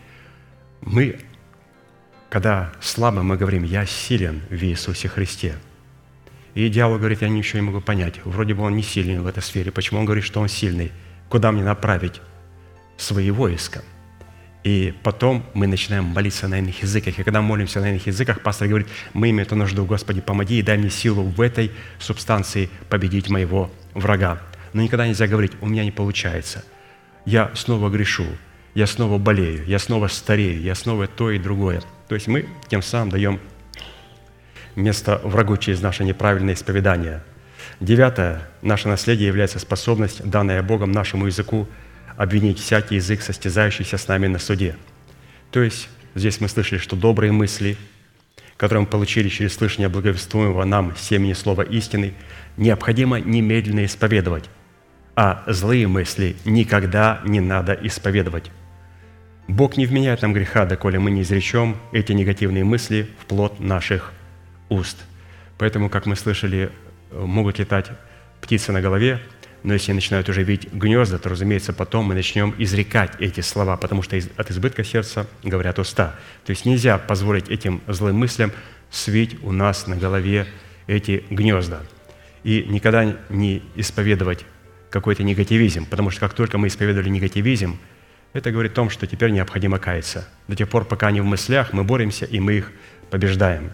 Мы, когда слабы, мы говорим, я силен в Иисусе Христе. И дьявол говорит, я ничего не могу понять. Вроде бы он не сильный в этой сфере. Почему он говорит, что он сильный? Куда мне направить свои войска? И потом мы начинаем молиться на иных языках. И когда молимся на иных языках, пастор говорит, мы имеем эту нужду, Господи, помоги и дай мне силу в этой субстанции победить моего врага. Но никогда нельзя говорить, у меня не получается. Я снова грешу, я снова болею, я снова старею, я снова то и другое. То есть мы тем самым даем место врагу через наше неправильное исповедание. Девятое. Наше наследие является способность, данная Богом нашему языку, обвинить всякий язык, состязающийся с нами на суде. То есть здесь мы слышали, что добрые мысли, которые мы получили через слышание благовествуемого нам семени слова истины, необходимо немедленно исповедовать, а злые мысли никогда не надо исповедовать. Бог не вменяет нам греха, доколе мы не изречем эти негативные мысли в плод наших уст. Поэтому, как мы слышали, могут летать птицы на голове, но если начинают уже видеть гнезда, то, разумеется, потом мы начнем изрекать эти слова, потому что от избытка сердца говорят уста. То есть нельзя позволить этим злым мыслям свить у нас на голове эти гнезда. И никогда не исповедовать какой-то негативизм, потому что как только мы исповедовали негативизм, это говорит о том, что теперь необходимо каяться. До тех пор, пока они в мыслях, мы боремся, и мы их побеждаем.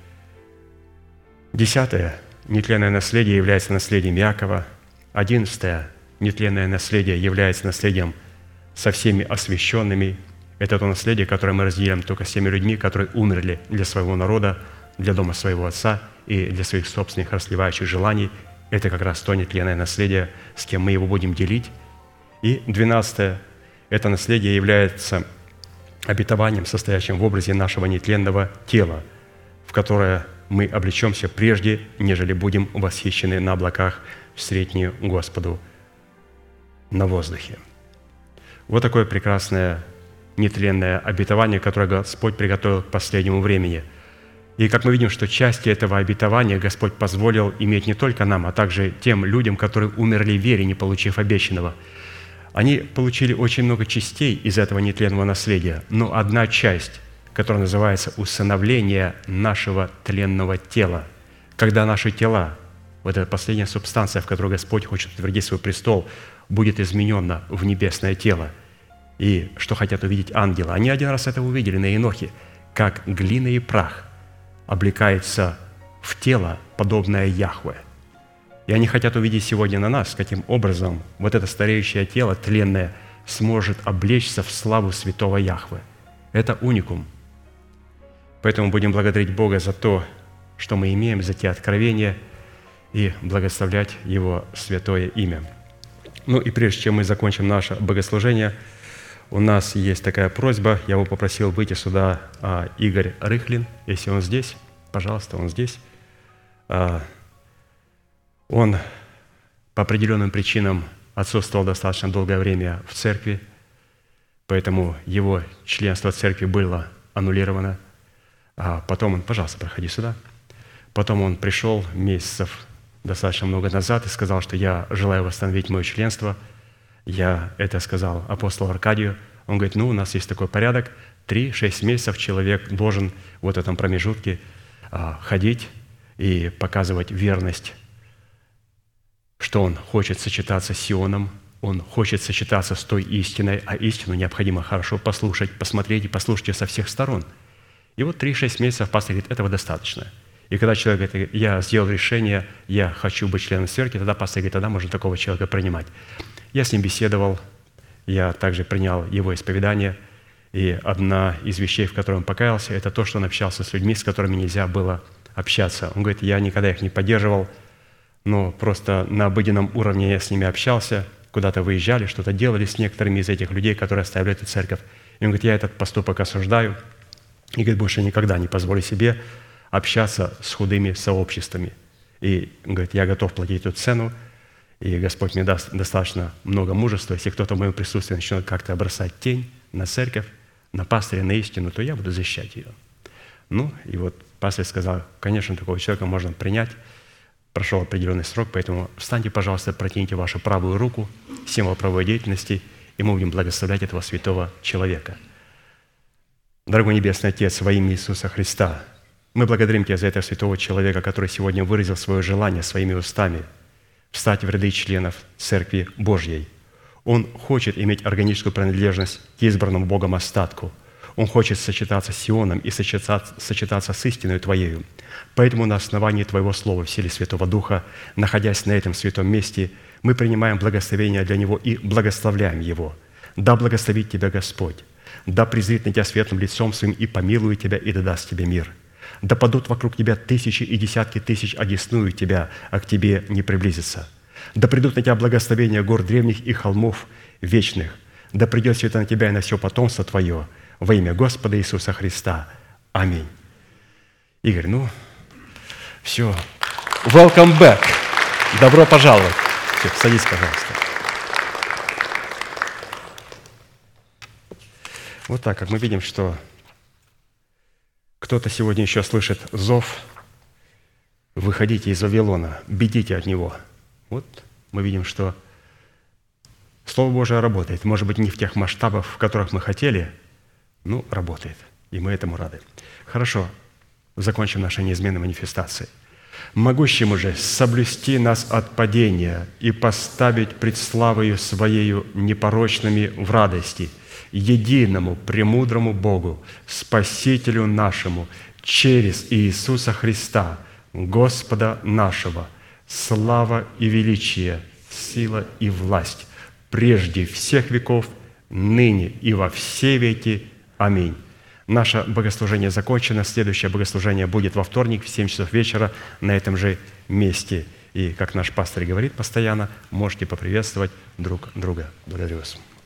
Десятое. Нетленное наследие является наследием Иакова. Одиннадцатое. Нетленное наследие является наследием со всеми освященными. Это то наследие, которое мы разделяем только с теми людьми, которые умерли для своего народа, для дома своего отца и для своих собственных расливающих желаний. Это как раз то нетленное наследие, с кем мы его будем делить. И двенадцатое. Это наследие является обетованием, состоящим в образе нашего нетленного тела, в которое мы облечемся прежде, нежели будем восхищены на облаках в среднюю Господу на воздухе. Вот такое прекрасное нетленное обетование, которое Господь приготовил к последнему времени. И как мы видим, что части этого обетования Господь позволил иметь не только нам, а также тем людям, которые умерли в вере, не получив обещанного. Они получили очень много частей из этого нетленного наследия, но одна часть, которая называется усыновление нашего тленного тела, когда наши тела, вот эта последняя субстанция, в которой Господь хочет утвердить свой престол, будет изменена в небесное тело. И что хотят увидеть ангелы. Они один раз это увидели на Енохе, как глина и прах облекается в тело, подобное Яхве. И они хотят увидеть сегодня на нас, каким образом вот это стареющее тело, тленное, сможет облечься в славу святого Яхве. Это уникум. Поэтому будем благодарить Бога за то, что мы имеем, за те откровения, и благословлять Его святое имя. Ну и прежде чем мы закончим наше богослужение, у нас есть такая просьба. Я его попросил выйти сюда а, Игорь Рыхлин, если он здесь. Пожалуйста, он здесь. А, он по определенным причинам отсутствовал достаточно долгое время в церкви, поэтому его членство в церкви было аннулировано. А потом он, пожалуйста, проходи сюда. Потом он пришел месяцев достаточно много назад и сказал, что я желаю восстановить мое членство. Я это сказал апостолу Аркадию. Он говорит, ну, у нас есть такой порядок. Три-шесть месяцев человек должен в вот этом промежутке а, ходить и показывать верность, что он хочет сочетаться с Сионом, он хочет сочетаться с той истиной, а истину необходимо хорошо послушать, посмотреть и послушать ее со всех сторон. И вот три-шесть месяцев пастор говорит, этого достаточно. И когда человек говорит, я сделал решение, я хочу быть членом церкви, тогда пастор говорит, тогда можно такого человека принимать. Я с ним беседовал, я также принял его исповедание, и одна из вещей, в которой он покаялся, это то, что он общался с людьми, с которыми нельзя было общаться. Он говорит, я никогда их не поддерживал, но просто на обыденном уровне я с ними общался, куда-то выезжали, что-то делали с некоторыми из этих людей, которые оставили эту церковь. И он говорит, я этот поступок осуждаю, и говорит, больше никогда не позволю себе общаться с худыми сообществами. И он говорит, я готов платить эту цену, и Господь мне даст достаточно много мужества. Если кто-то в моем присутствии начнет как-то бросать тень на церковь, на пастыря, на истину, то я буду защищать ее. Ну, и вот пастырь сказал, конечно, такого человека можно принять. Прошел определенный срок, поэтому встаньте, пожалуйста, протяните вашу правую руку, символ правовой деятельности, и мы будем благословлять этого святого человека. Дорогой Небесный Отец, во имя Иисуса Христа, мы благодарим Тебя за этого святого человека, который сегодня выразил свое желание своими устами встать в ряды членов Церкви Божьей. Он хочет иметь органическую принадлежность к избранному Богом остатку. Он хочет сочетаться с Сионом и сочетаться, сочетаться с истиной Твоею. Поэтому на основании Твоего Слова в силе Святого Духа, находясь на этом святом месте, мы принимаем благословение для Него и благословляем Его. Да благословит Тебя Господь, да презрит на Тебя светлым лицом Своим и помилует Тебя, и да даст Тебе мир. Да падут вокруг Тебя тысячи и десятки тысяч, одесную Тебя, а к Тебе не приблизится. Да придут на Тебя благословения гор древних и холмов вечных. Да придет все это на Тебя и на все потомство Твое, во имя Господа Иисуса Христа. Аминь. Игорь, ну, все. Welcome back. Добро пожаловать. Все, садись, пожалуйста. Вот так, как мы видим, что кто-то сегодня еще слышит зов: выходите из Вавилона, бегите от него. Вот мы видим, что Слово Божие работает. Может быть, не в тех масштабах, в которых мы хотели, но работает. И мы этому рады. Хорошо, закончим наши неизменные манифестации. «Могущему же соблюсти нас от падения и поставить пред славою Своею непорочными в радости, единому, премудрому Богу, Спасителю нашему, через Иисуса Христа, Господа нашего, слава и величие, сила и власть, прежде всех веков, ныне и во все веки. Аминь». Наше богослужение закончено. Следующее богослужение будет во вторник в семь часов вечера на этом же месте. И, как наш пастор говорит постоянно, можете поприветствовать друг друга. Благодарю вас.